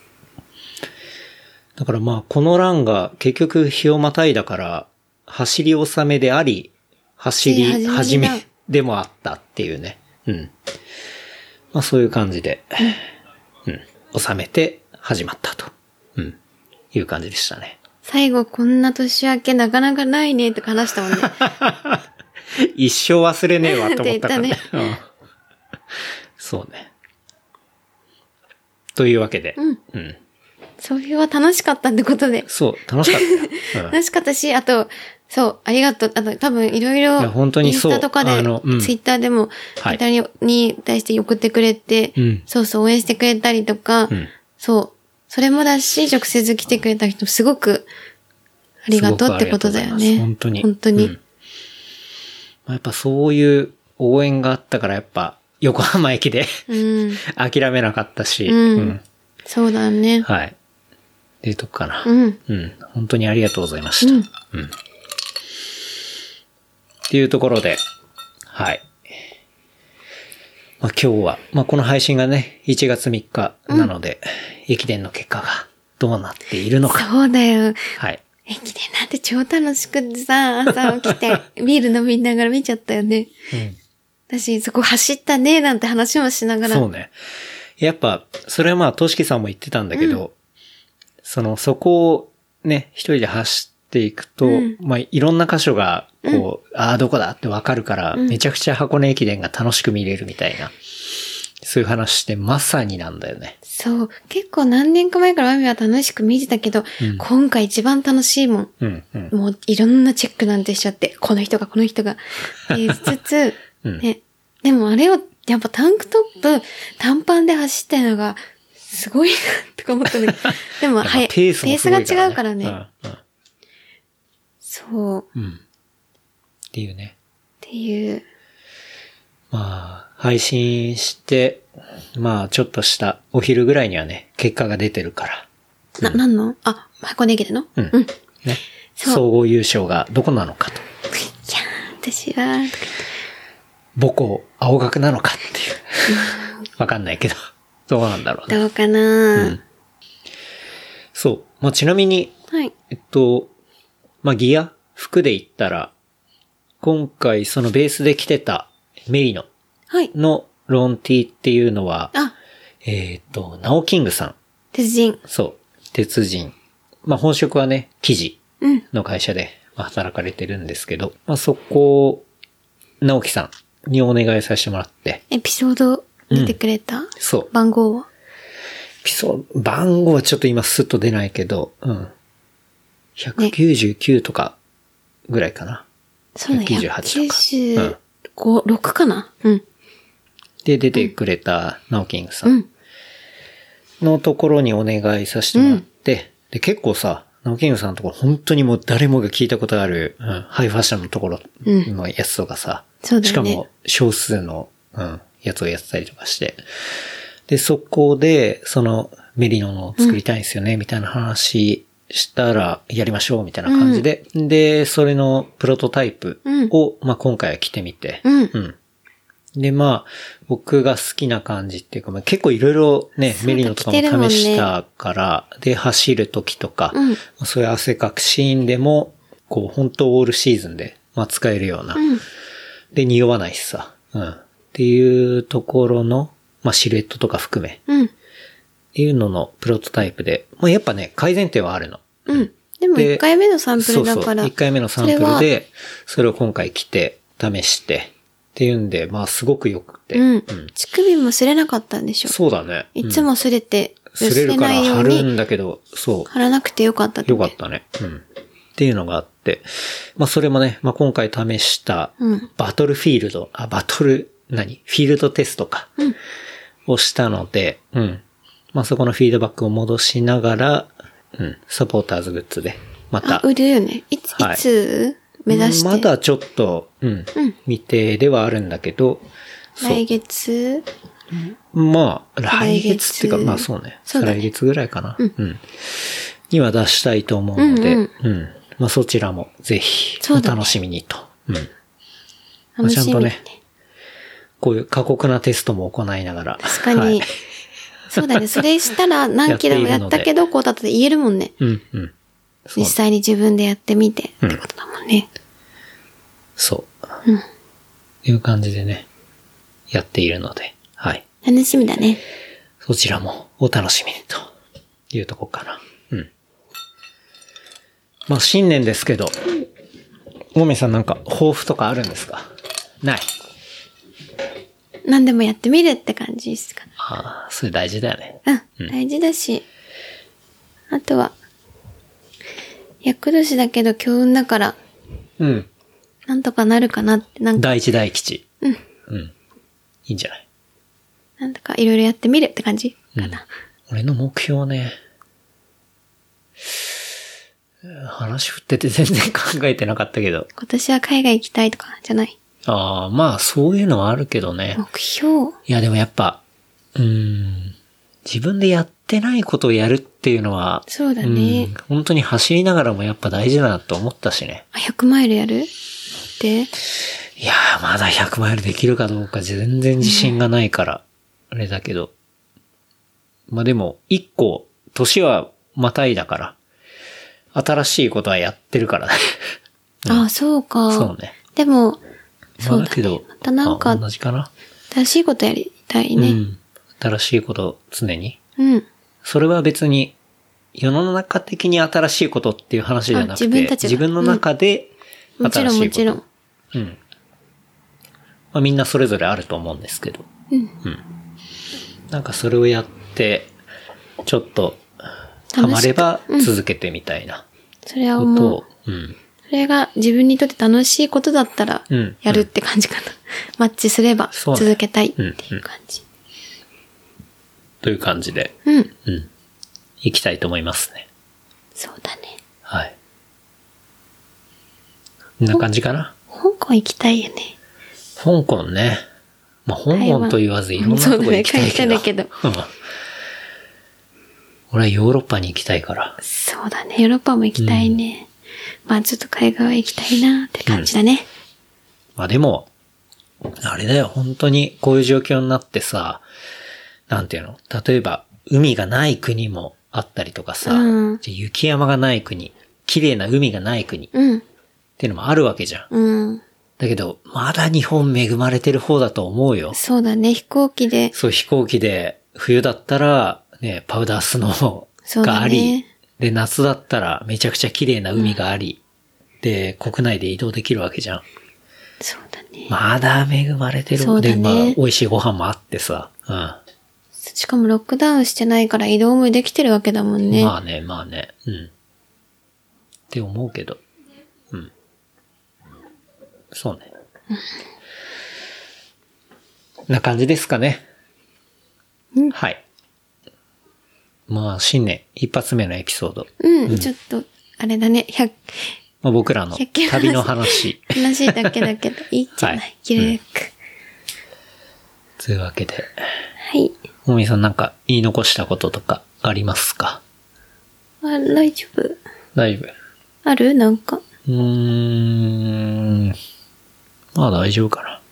だからまあ、このランが結局日をまたいだから、走り納めであり、走り始めでもあったっていうね。まあそういう感じで、収めて始まったと、いう感じでしたね。 最後こんな年明けなかなかないねって話したもんね。 一生忘れねえわと思ったからね。 って言うん、そうね。というわけで。うん。 それは楽しかったってことで。 そう、楽しかったよ。 楽しかったし、あと、そう、ありがとう。あと、多分いろいろ、インスタとかで、ツイッターでも、人に対して送ってくれて、そうそう、応援してくれたりとか、そう、それもだし、直接来てくれた人、すごく、ありがとうってことだよね。 本当に。 本当に。 やっぱそういう応援があったから、やっぱ、横浜駅で諦めなかったし、 そうだね。 はい。っていうとこかな。本当にありがとうございました。っていうところで、はい。まあ、今日は、まあ、この配信がね、1月3日なので、駅伝の結果がどうなっているのか。 そうだよ。 はい。 駅伝なんて超楽しくってさ、朝起きてビール飲みながら見ちゃったよね。私、そこ走ったね、なんて話もしながら。 そうね。やっぱ、それはまあ、としきさんも言ってたんだけど、そこをね、一人で走っていくと、まあ、いろんな箇所が、こう、どこだってわかるから、めちゃくちゃ箱根駅伝が楽しく見れるみたいな、そういう話してまさになんだよね。 そう。結構何年か前からマミは楽しく見てたけど、今回一番楽しいもん。もういろんなチェックなんてしちゃって、この人が、って言いつつ、ね。でもあれを、やっぱタンクトップ、短パンで走ってるのが、すごいな、とか思ったんだけど。でも、はい。ペースが違うからね。そう。 っていうね。 っていう。 まあ、配信して、まあ、ちょっとしたお昼ぐらいにはね、結果が出てるから。 なんの？箱根駅伝の？ ね。総合優勝がどこなのかと。いやー、私は、 母校、青学なのかっていう。わかんないけど。どうなんだろうね。 どうかな、 そう。まあ、ちなみに、 はい。 まあ、ギア服で言ったら、今回そのベースで着てたメリノのロンティっていうのは、ナオキングさん。 鉄人。 そう。鉄人。まあ、本職はね、生地の会社で働かれてるんですけど、まあ、そこ、直樹さんにお願いさせてもらって。 エピソード出てくれた、 そう。 番号は番号はちょっと今スッと出ないけど、199とかぐらいかな。 そうね。 198とか。 6かな。 で、出てくれたナオキングさんのところにお願いさせてもらって、で、結構さ、ナオキングさんのところ本当にもう誰もが聞いたことがある、ハイファッションのところのやつとかさ、 そうだね、 しかも少数の、やつをやってたりとかして、で、そこで、そのメリノの作りたいんですよね、みたいな話したら、やりましょう、みたいな感じで、で、それのプロトタイプを、まあ、今回は着てみて、で、まあ、僕が好きな感じっていうか、まあ、結構いろいろね、メリノとかも試したから、で、走る時とか、そういう汗かくシーンでも、こう、本当オールシーズンで、まあ、使えるような、で、匂わないしさ、っていうところの、まあ、シルエットとか含め、っていうののプロトタイプで、まあ、やっぱね、改善点はあるの。 でも1回目のサンプルだから。 そうそう、1回目のサンプルで、それを今回着て、試して、っていうんで、まあ、すごく良くて。 乳首も擦れなかったんでしょ。 そうだね。 いつも擦れて、 擦れるから貼るんだけど、そう。 貼らなくてよかったって。 よかったね。っていうのがあって、まあ、それもね、まあ、今回試した、バトルフィールド、フィールドテストか。をしたので、まあ、そこのフィードバックを戻しながら、サポーターズグッズで、また。 売るよね。いつ目指して。 まだちょっと、未定ではあるんだけど、 来月まあ、来月っていうか、まあそうね。来月ぐらいかな。には出したいと思うので、まあそちらもぜひ、お楽しみにと。まあ、ちゃんとね、こういう過酷なテストも行いながら。 確かに。そうだね。それしたら何キロもやったけど、こうだって言えるもんね。実際に自分でやってみてってことだもんね。 そう。いう感じでね、やっているので、はい。 楽しみだね。 そちらもお楽しみにというとこかな。 まあ新年ですけど、もみさんなんか抱負とかあるんですか？ない。 何でもやってみるって感じですかね。 ああ、それ大事だよね。 大事だし、あとは、厄年だけど強運だから、 うん。 なんとかなるかなって、なんか、 第一大吉。 うん。 うん。いいんじゃない？ なんとかいろいろやってみるって感じかな。 俺の目標ね。話振ってて全然考えてなかったけど。 今年は海外行きたいとかじゃない？ ああ、まあそういうのはあるけどね。 目標？ いやでもやっぱ、自分でやってないことをやるっていうのは、 そうだね。 本当に走りながらもやっぱ大事だなと思ったしね。 100マイルやるって？ いやー、まだ100マイルできるかどうか全然自信がないから、あれだけど。まあでも、一個、年はまたいだから、新しいことはやってるからね。 ああ、そうか。 そうね。 でも、そうだね。 だけど、 またなんか、 同じかな。 新しいことやりたいね。 新しいこと常に。 それは別に、世の中的に新しいことっていう話じゃなくて、自分の中で新しいこと。 もちろん。 まあ、みんなそれぞれあると思うんですけど。なんかそれをやって、ちょっと、ハマれば続けてみたいな。 それは思う。それが自分にとって楽しいことだったら、やるって感じかな。マッチすれば続けたいっていう感じ。 という感じで、行きたいと思いますね。 そうだね。 はい。こんな感じかな。 香港行きたいよね。 香港ね。まあ、香港と言わずいろんなとこ行きたいけど。俺はヨーロッパに行きたいから。 そうだね。ヨーロッパも行きたいね。まあちょっと海外は行きたいなって感じだね。 まあでも、あれだよ。本当にこういう状況になってさ、なんていうの？例えば、海がない国もあったりとかさ、雪山がない国、綺麗な海がない国、っていうのもあるわけじゃん。だけど、まだ日本恵まれてる方だと思うよ。 そうだね。飛行機で。 そう、飛行機で、冬だったら、ね、パウダースノーがあり、で、夏だったらめちゃくちゃ綺麗な海があり、で、国内で移動できるわけじゃん。 そうだね。 まだ恵まれてる。 そうだね。 で、まあ、美味しいご飯もあってさ、 しかもロックダウンしてないから移動もできてるわけだもんね。 まあね。って思うけど。そうね。な感じですかね。はい。まあ、新年一発目のエピソード。 ちょっと、あれだね。 まあ、僕らの旅の話。 話だけだけど、いいじゃない。気楽。 というわけで。 はい。 もみさんなんか言い残したこととかありますか？ 大丈夫。 大丈夫。 ある？なんか。 まあ大丈夫かな。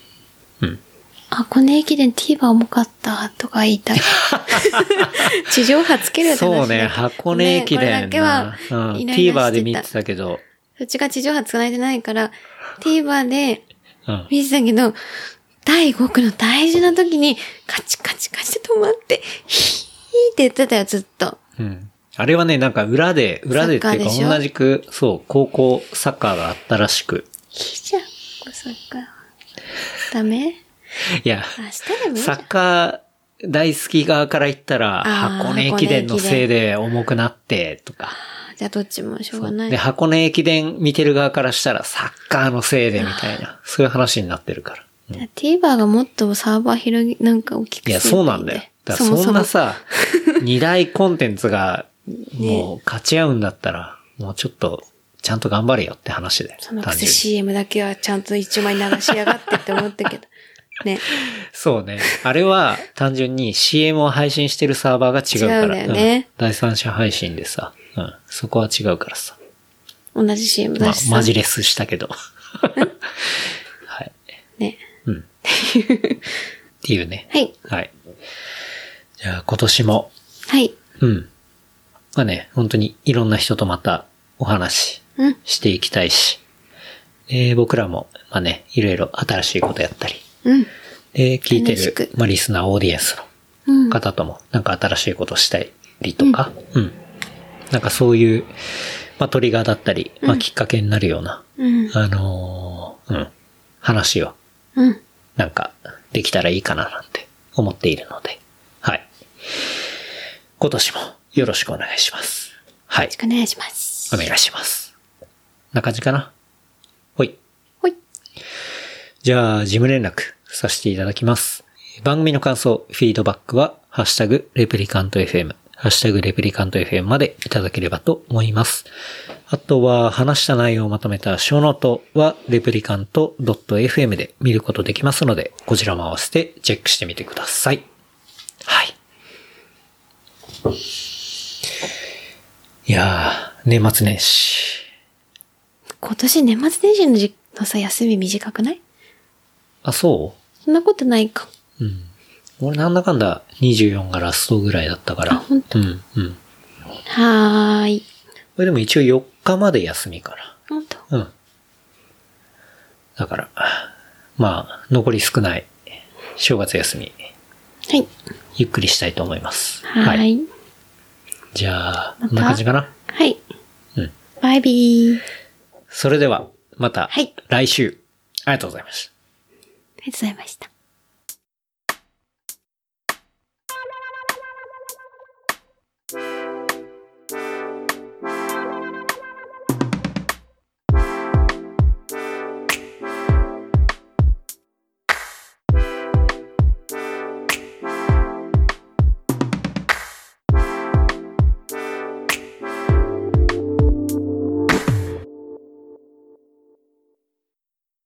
箱根駅伝 TVer 重かったとか言いたい。地上波つけるって話だけど。 そうね、箱根駅伝な。 これだけは、 TVer で見てたけど。 そっちが地上波つかないてないから、TVer で見てたけど、第5区の大事な時に、カチカチカチって止まって、ヒーって言ってたよ、ずっと。 あれはね、なんか裏でっていうか同じく、そう、高校サッカーがあったらしく。 いいじゃん、サッカー。ダメ？ いや、サッカー大好き側から言ったら、箱根駅伝のせいで重くなってとか。 じゃあどっちもしょうがない。 で、箱根駅伝見てる側からしたらサッカーのせいでみたいな、そういう話になってるから。 TVer がもっとサーバーなんか大きくする。 いや、そうなんだよ。だからそんなさ、二大コンテンツがもう勝ち合うんだったら、もうちょっと、ちゃんと頑張れよって話で。 そのくせ CM だけはちゃんと一枚流しやがってって思ったけど。ね。 そうね。あれは単純に CM を配信してるサーバーが違うから。 違うんだよね。 第三者配信でさ。そこは違うからさ。 同じ CM だしさ。 マジレスしたけど。はい。 ね。 っていうね。 はい。 はい。じゃあ今年も。 はい。 まあね、本当にいろんな人とまたお話していきたいし。僕らも、まあね、いろいろ新しいことやったり。で、聞いてる、まあリスナーオーディエンスの方とも、なんか新しいことしたりとか。なんかそういうまあトリガーだったり、まあきっかけになるような、話を、なんか、できたらいいかななんて思っているので、はい。今年もよろしくお願いします。はい。 よろしくお願いします。 お願いします。な感じかな。ほい。 ほい。 じゃあ、事務連絡させていただきます。番組の感想、フィードバックは、ハッシュタグ、レプリカント FM、ハッシュタグ、レプリカント FM までいただければと思います。あとは、話した内容をまとめた小ノートは、レプリカント .fm で見ることできますので、こちらも合わせてチェックしてみてください。はい。いやー、年末年始。 今年年末年始のさ、休み短くない？ あ、そう？ そんなことないか。 うん。俺なんだかんだ24がラストぐらいだったから。 あ、本当。 うん、うん。 はーい。 これでも一応4日まで休みか本当。 な。うん。だから、まあ、残り少ない正月休み。 はい。 ゆっくりしたいと思います。 はい。 じゃあ、こんな感じかな。 はい。 うん。 バイビー。 それでは、また、 はい。 来週、ありがとうございました。 ありがとうございました。